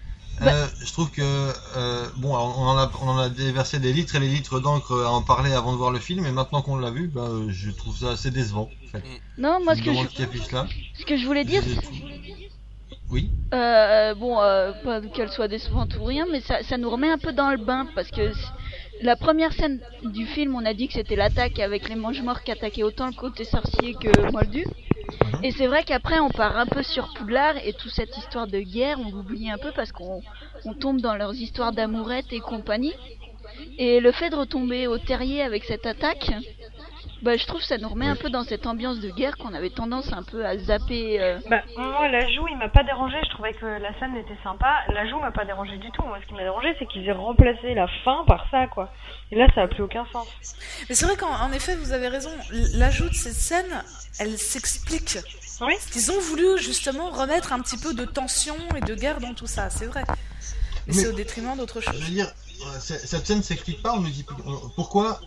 Je trouve que bon, alors, on en a déversé des litres et des litres d'encre à en parler avant de voir le film, et maintenant qu'on l'a vu, je trouve ça assez décevant. En fait. Non, moi ce que je voulais dire, oui. pas qu'elle soit décevante ou rien, mais ça nous remet un peu dans le bain parce que la première scène du film, on a dit que c'était l'attaque avec les mange-morts qui attaquaient autant le côté sorcier que Moldu. Et c'est vrai qu'après on part un peu sur Poudlard et toute cette histoire de guerre, on l'oublie un peu parce qu'on tombe dans leurs histoires d'amourettes et compagnie. Et le fait de retomber au terrier avec cette attaque, je trouve que ça nous remet un peu dans cette ambiance de guerre qu'on avait tendance un peu à zapper. Moi, l'ajout, il m'a pas dérangé. Je trouvais que la scène était sympa. L'ajout m'a pas dérangé du tout. Moi, ce qui m'a dérangé, c'est qu'ils aient remplacé la fin par ça, quoi. Et là, ça a plus aucun sens. Mais c'est vrai qu'en effet, vous avez raison. L'ajout de cette scène, elle s'explique. Oui. Parce qu'ils ont voulu justement remettre un petit peu de tension et de guerre dans tout ça, c'est vrai. Mais c'est au détriment d'autre chose. Je veux dire, cette scène s'explique pas. On nous dit pourquoi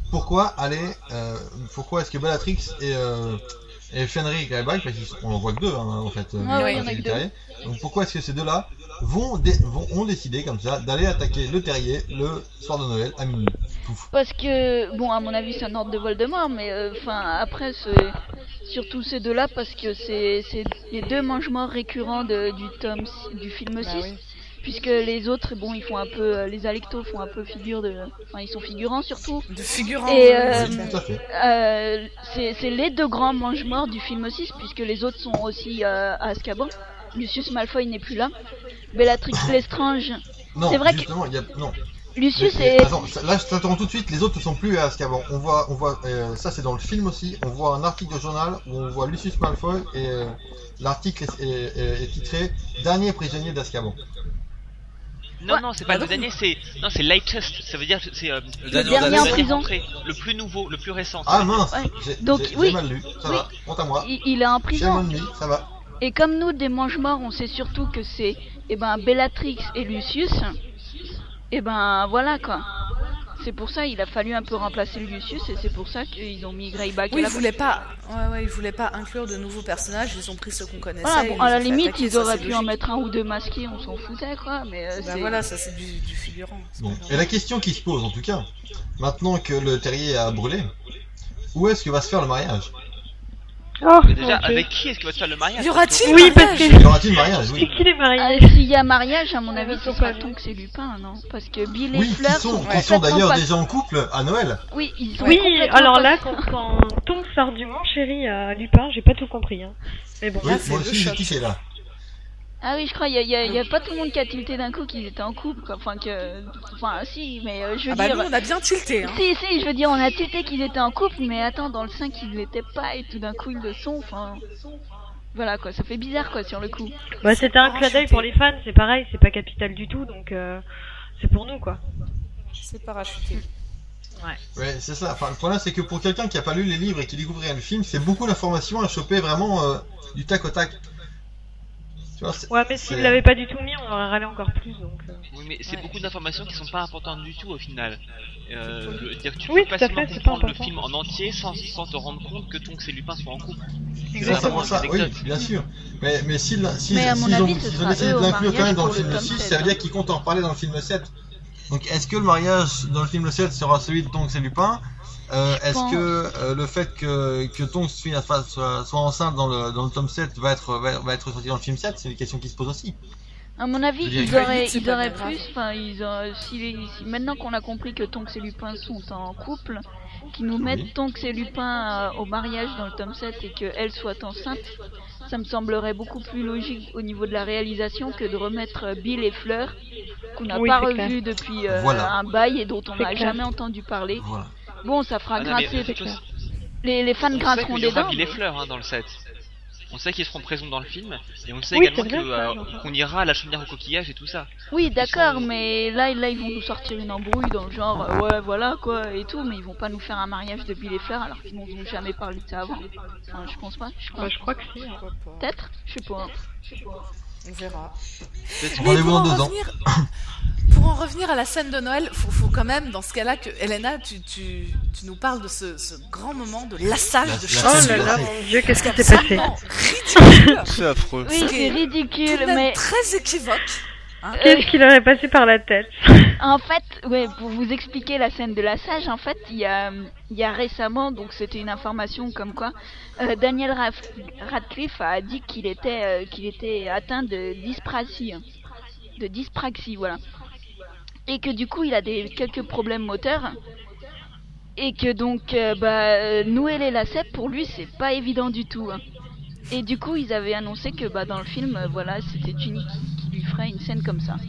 est-ce que Bellatrix et Fenrir et Rebecca, parce qu'on en voit que deux en fait. Il y en a que deux. Donc pourquoi est-ce que ces deux-là ont décidé comme ça d'aller attaquer le terrier le soir de Noël à minuit? Pouf. Parce que, à mon avis, c'est un ordre de Voldemort, mais après, c'est surtout ces deux-là parce que c'est les deux mange-morts récurrents du film 6. Oui. puisque les autres, bon, ils font un peu, les Alectos font un peu figure de, enfin, ils sont figurants surtout. De figurants. Et Oui, tout à fait. c'est les deux grands mange-morts du film aussi, puisque les autres sont aussi à Azkaban. Lucius Malfoy n'est plus là. Bellatrix Lestrange. Non, C'est vrai que- justement, non. Lucius Mais, est. attends, là je t'interromps tout de suite, les autres ne sont plus à Azkaban. On voit ça c'est dans le film aussi, on voit un article de journal où on voit Lucius Malfoy et l'article est titré Dernier prisonnier d'Azkaban. Non, non, c'est pas le dernier, c'est latest. Ça veut dire c'est Le dernier en prison. entrée, le plus nouveau, le plus récent. Ah mince, Ouais. j'ai Donc, j'ai oui. mal lu, ça Oui. va, honte à moi. Il est en prison. Shame on me, ça va. Et comme nous, des mange-morts, on sait surtout que c'est Bellatrix et Lucius. Et ben voilà quoi. C'est pour ça il a fallu un peu remplacer le Lucius et c'est pour ça qu'ils ont mis Greyback à Oui, la ils voulaient pas. Ouais, ils voulaient pas inclure de nouveaux personnages. Ils ont pris ceux qu'on connaissait. Voilà, et bon, ils à les la ont fait limite, attaquer, ils ça, auraient c'est pu en logique. mettre un ou deux masqués, on s'en foutait quoi, mais Bah c'est... voilà, ça c'est du figurant. c'est Bon. pas grave. Et la question qui se pose en tout cas, maintenant que le terrier a brûlé, où est-ce que va se faire le mariage? Oh, Mais déjà, mon Dieu. avec qui est-ce que va se faire le mariage? Y aura-t-il Oui, parce mariage que- Y aura-t-il mariage? C'est Oui. qui les mariés S'il y a mariage, à mon avis, ce sera Tonks et Lupin, non? Parce que Bill et Oui, Fleur qui sont complètement d'ailleurs pas- déjà en couple à Noël. Oui, ils sont Oui, complètement alors pas- là, quand Tonks sort du Mon Chéri à Lupin, j'ai pas tout compris. Hein. Mais bon. Oui, Là, c'est moi le aussi j'ai choc. kiffé là. Ah oui, je crois, il y a pas tout le monde qui a tilté d'un coup qu'ils étaient en couple, quoi. Enfin, si, mais je veux Ah bah dire... nous on a bien tilté. Hein. Si, je veux dire, on a tilté qu'ils étaient en couple, mais attends, dans le 5, ils l'étaient pas, et tout d'un coup, ils le sont, enfin... Voilà, quoi, ça fait bizarre, quoi, sur le coup. Bah, c'était un clin d'œil pour les fans, c'est pareil, c'est pas capital du tout, donc c'est pour nous, quoi. C'est parachuté. Ouais, c'est ça. Enfin, le problème c'est que pour quelqu'un qui a pas lu les livres et qui découvrirait le film, c'est beaucoup d'informations à choper vraiment du tac au tac. Tu vois, Ouais, mais s'ils c'est- l'avaient pas du tout mis, on aurait râlé encore plus, donc... Oui, mais c'est Ouais. beaucoup d'informations qui sont pas importantes du tout au final. Je veux dire que tu Oui, peux tout à facilement fait, c'est pas comprendre le important. film en entier sans te rendre compte que Tonks et Lupin sont en couple. Exactement ça, des oui, anecdotes. bien sûr. Mais s'ils Mais à mon avis, ce ont sera décidé eux de au l'inclure quand même mariage dans le pour le film tome 6, 7, ça veut dire hein. qu'ils comptent en reparler dans le film 7. Donc est-ce que le mariage dans le film 7 sera celui de Tonks et Lupin? Est-ce pense. que le fait que Tonks soit enceinte dans le tome 7 va être sorti dans le film 7? C'est une question qui se pose aussi. À mon avis, Je dirais ils que auraient, c'est ils pas auraient bien grave. plus, enfin, si maintenant qu'on a compris que Tonks et Lupin sont en couple, qu'ils nous mettent Oui. Tonks et Lupin au mariage dans le tome 7 et qu'elle soit enceinte, ça me semblerait beaucoup plus logique au niveau de la réalisation que de remettre Bill et Fleur, qu'on n'a Oui, pas c'est revu depuis Voilà. un bail et dont on C'est n'a clair. jamais entendu parler. Voilà. Bon, ça fera Ah non, mais grincer, de toute façon, les fans on sait grinceront qu'il y des aura dents. Bill et mais- Fleur dans le set. On sait qu'ils seront présents dans le film, et on sait Oui, également c'est vrai, ça, j'en sais. qu'on ira à la chaumière au coquillage et tout ça. Oui, d'accord, sont- mais là, ils vont nous sortir une embrouille dans le genre, ouais, voilà, quoi, et tout, mais ils vont pas nous faire un mariage de Bill et Fleur alors qu'ils n'ont jamais parlé de ça avant. Enfin, je pense pas, Bah, je crois que si. Hein. Pourquoi pas. Peut-être, je sais pas. On verra. Peut-être Mais Rendez-vous pour dans en 2 ans. pour en revenir à la scène de Noël, faut quand même, dans ce cas-là, que Elena, tu nous parles de ce grand moment de lassage de La chaque scène Oh de là là, Noël. mon Dieu, qu'est-ce qui s'est passé absolument ridicule, C'est affreux. Oui, qui c'est est tout ridicule, de même mais très équivoque. Qu'est-ce qui leur est passé par la tête? en fait, ouais, pour vous expliquer la scène de la sage, en fait, il y a récemment, donc c'était une information comme quoi Daniel Radcliffe a dit qu'il était atteint de dyspraxie, voilà, et que du coup il a quelques problèmes moteurs, et que donc nouer les lacets pour lui c'est pas évident du tout. Hein. Et du coup ils avaient annoncé que dans le film, voilà, c'était Ginny qui lui ferait une scène comme ça.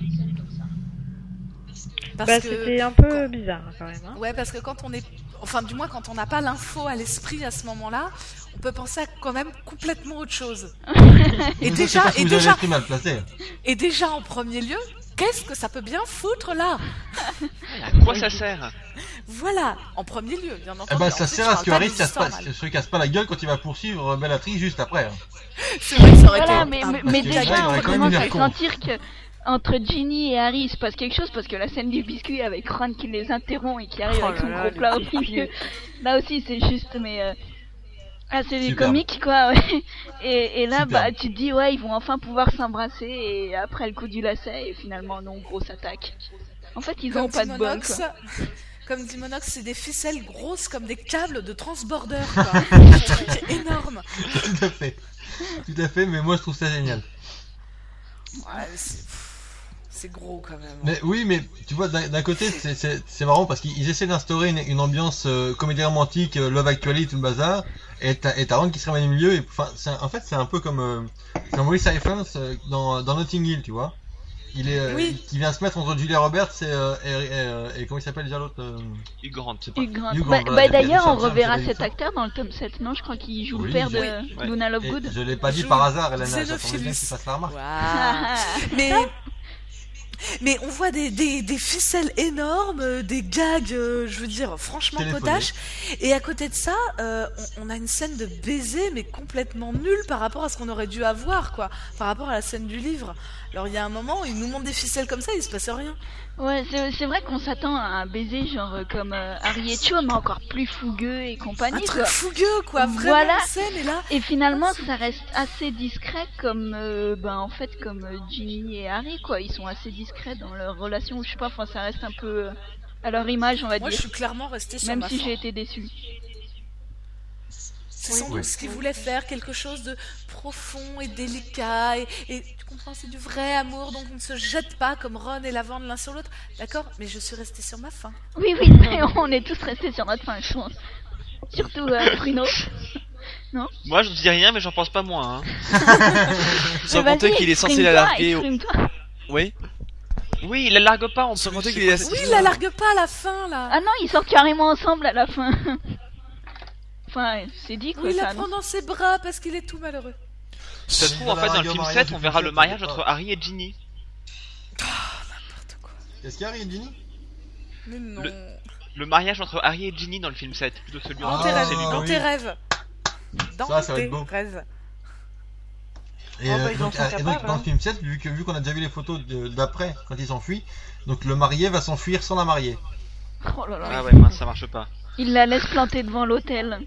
Parce Bah, que c'était un peu bizarre, quand même. Hein. ouais, parce que quand on est, enfin du moins quand on n'a pas l'info à l'esprit à ce moment-là, on peut penser à quand même complètement autre chose. Et Mais ça, c'est parce que vous avez l'esprit mal placé. Et déjà en premier lieu, qu'est-ce que ça peut bien foutre là? à quoi ça sert? Voilà, en premier lieu, bien entendu. Eh ben, ça Ensuite, sert je à parle ce que pas Harry des histoires mal. se casse pas la gueule quand il va poursuivre Bellatrix juste après. C'est vrai que ça aurait Voilà, été mais un mais bon déjà, déjà, il on aurait quand même commence eu à l'air con. sentir que entre Ginny et Harry il se passe quelque chose parce que la scène du biscuit avec Ron qui les interrompt et qui arrive Oh avec son là là, gros plat au le milieu. Là aussi, c'est juste, mais c'est des Super. comiques quoi. Ouais. Et là, Super. tu te dis ouais, ils vont enfin pouvoir s'embrasser et après le coup du lacet et finalement non, grosse attaque. En fait, ils ont Comme pas dit de bol Monox, quoi. comme dit Monox, c'est des ficelles grosses comme des câbles de transborder, quoi. Un truc énorme. Tout à fait. Tout à fait, mais moi je trouve ça génial. Ouais, c'est c'est gros quand même. Mais oui, mais tu vois, d'un côté, c'est marrant parce qu'ils essaient d'instaurer une ambiance comédie romantique, Love Actually, tout le bazar, et t'as Ron qui se ramène au milieu, et enfin, en fait, c'est un peu comme Maurice Ifans dans Notting Hill, tu vois. Il est, Oui. qui vient se mettre entre Julia Roberts et comment il s'appelle déjà l'autre Hugh Grant. Hugh Grant. Hugh Grant, Bah, voilà, d'ailleurs, on Richard reverra James, cet ça. acteur dans le tome 7, non? Je crois qu'il joue Oui, le père je- de Ouais. Luna Et Lovegood. je l'ai pas dit Joue par hasard, Elena, ça Xenophilus. semble bien qu'il fasse la remarque. Waouh. Mais on voit des ficelles énormes, des gags, je veux dire, franchement Téléphoner. potaches. Et à côté de ça, on a une scène de baiser, mais complètement nulle par rapport à ce qu'on aurait dû avoir, quoi. Par rapport à la scène du livre. Alors il y a un moment, ils nous montrent des ficelles comme ça, il se passe rien. Ouais, c'est vrai qu'on s'attend à un baiser genre comme Harry et Cho, mais encore plus fougueux et Un compagnie, truc quoi. fougueux, quoi. Vraiment, Voilà. la scène est là. Et finalement, ça reste assez discret comme, en fait, comme Ginny et Harry, quoi. Ils sont assez discrets dans leur relation, je sais pas, enfin, ça reste un peu à leur image, on va Moi, je dire. suis clairement restée sur Même ma si faim. j'ai été déçue. C'est sans doute ce qu'ils voulaient faire, quelque chose de profond et délicat. Et tu comprends, c'est du vrai amour, donc on ne se jette pas comme Ron et Lavande l'un sur l'autre. D'accord? Mais je suis restée sur ma faim. Oui, oui, mais on est tous restés sur notre fin, je pense. Surtout Bruno. Moi, je ne dis rien, mais j'en pense pas moins. Hein. Sans Mais compter vas-y, qu'il est censé exprime-toi, la larguer. exprime-toi. Oui. Oui, il la largue pas en Sans plus. compter c'est qu'il est quoi, Oui, cette il la histoire largue pas à la fin, là. Ah non, ils sortent carrément ensemble à la fin. Enfin, c'est dit quoi, Oui, il ça. la prend dans ses bras parce qu'il est tout malheureux. Ça se trouve, en fait, dans le film 7, on verra le mariage entre Harry et Ginny. N'importe quoi. Est-ce qu'il y a Harry et Ginny? Mais non. Le mariage entre Harry et Ginny dans le film 7, plutôt que celui Dans en tes Ah, rêves, c'est lui dans oui. tes rêves. Dans Ça va tes être beau. rêves. Et, Oh, bah, ils en donc, sont et donc, capables, dans hein. le film 7, vu qu'on a déjà vu les photos d'après, quand il s'enfuit, donc le marié va s'enfuir sans la mariée. Oh là là. Ah ouais, mince, ça marche pas. Il la laisse planter devant l'hôtel.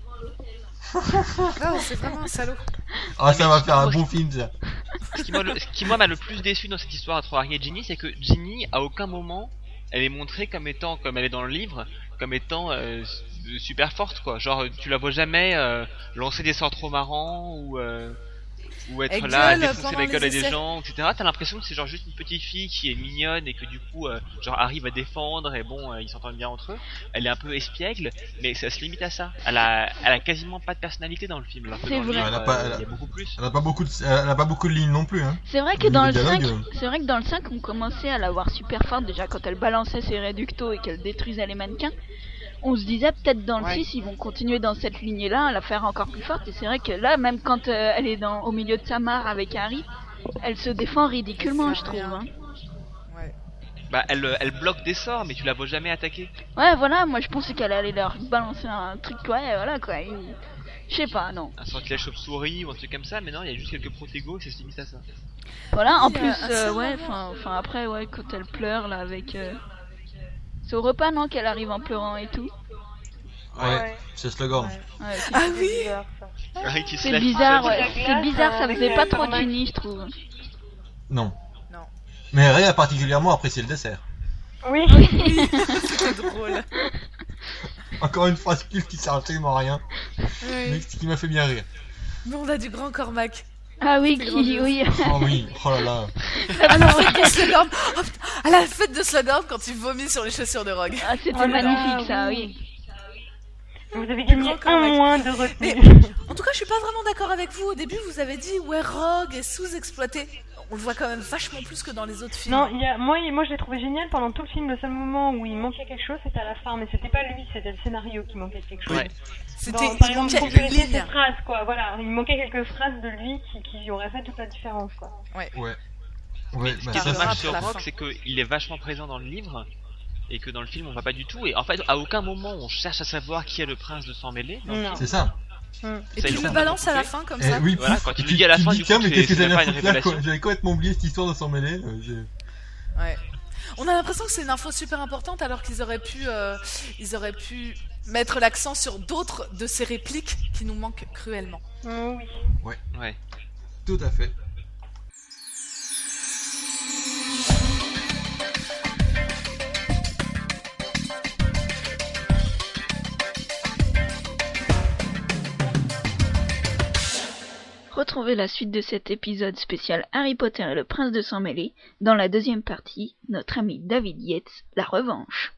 Non, c'est vraiment un salaud. Ah, ça va faire un bon film, ça. Ce qui moi m'a le plus déçu dans cette histoire entre Harry et Ginny, c'est que Ginny, à aucun moment, elle est montrée comme étant, comme elle est dans le livre, comme étant super forte, quoi. Genre, tu la vois jamais lancer des sorts trop marrants ou être Elle là à gueule défoncer pendant la gueule les à des essais. gens, etc. T'as l'impression que c'est genre juste une petite fille qui est mignonne et que du coup, genre Harry va défendre et bon, ils s'entendent bien entre eux. Elle est un peu espiègle, mais ça se limite à ça. Elle a quasiment pas de personnalité dans le film. Alors que C'est dans le vrai. livre, Elle a pas- il y a beaucoup plus. Elle a pas beaucoup de lignes non plus, hein. C'est vrai que Au dans le niveau 5, dialogue, c'est vrai que dans le 5, on commençait à la voir super forte déjà quand elle balançait ses réductos et qu'elle détruisait les mannequins. On se disait peut-être dans le Ouais. 6, ils vont continuer dans cette lignée-là, à la faire encore plus forte. Et c'est vrai que là, même quand elle est au milieu de sa mare avec Harry, elle se défend ridiculement, Elle je fait trouve. rien. Hein. Ouais. Bah, elle bloque des sorts, mais tu la vois jamais attaquer. Ouais, voilà, moi je pensais qu'elle allait leur balancer un truc, ouais, voilà quoi. Je sais pas, non. Un sortilège chauve-souris ou un truc comme ça, mais non, il y a juste quelques protégos et ça se limite à ça. Voilà, en Il y a plus, un seul ouais, moment. enfin après, ouais, quand elle pleure là avec. C'est au repas, non, qu'elle arrive en pleurant et tout. Ouais, c'est Slogan. Ouais. Ouais, c'est- Ah oui. bizarre, ça. Harry qui se C'est lève bizarre, tout seul. ouais. La C'est bizarre, glace ça avec faisait la pas trop tarmac. Ginny, je trouve. Non. Non. Mais Ray a particulièrement apprécié le dessert. Oui. C'était drôle. Encore une phrase culte qui sert absolument à rien, mais Oui. qui m'a fait bien rire. Mais on a du grand Cormac. Ah oui, C'est qui, grandiose. oui. Oh oui, oh là là. À la fête de Slughorn. Oh, putain, à la fête de Slughorn quand tu vomis sur les chaussures de Rogue. Ah, c'était Oh là là, magnifique ça, oui. oui. Vous avez gagné grand un Cormac. moins de retenue. En tout cas, je suis pas vraiment d'accord avec vous. Au début, vous avez dit ouais, Rogue est sous-exploité. On le voit quand même vachement plus que dans les autres films. Non, moi je l'ai trouvé génial pendant tout le film. Le seul moment où il manquait quelque chose, c'était à la fin. Mais c'était pas lui, c'était le scénario qui manquait quelque chose. Ouais. C'était Bon, par il exemple, manquait compléter une ses ligne. phrases, quoi. Voilà, il manquait quelques phrases de lui qui auraient fait toute la différence, quoi. Ouais. Mais ce Bah, qui est ça, dommage c'est- sur la Rogue, fin. c'est qu'il est vachement présent dans le livre et que dans le film on voit pas du tout. Et en fait, à aucun moment on cherche à savoir qui est le prince de sang mêlé. dans le Non. film. c'est ça. Et Ça, puis ils il l'ont le pas balance à la coupé. fin comme Eh ça. oui, Voilà, pouf, quand tu et le dis à la fin, du tiens, coup, mais c'est- qu'est-ce que c'est j'allais pas une foutre là, quoi. révélation. J'avais complètement oublié cette histoire de s'en mêler. Ouais. On a l'impression que c'est une info super importante alors qu'ils auraient pu mettre l'accent sur d'autres de ces répliques qui nous manquent cruellement. Oui. Ouais. Tout à fait. Retrouvez la suite de cet épisode spécial Harry Potter et le Prince de Sang Mêlé dans la deuxième partie, notre ami David Yates, la revanche.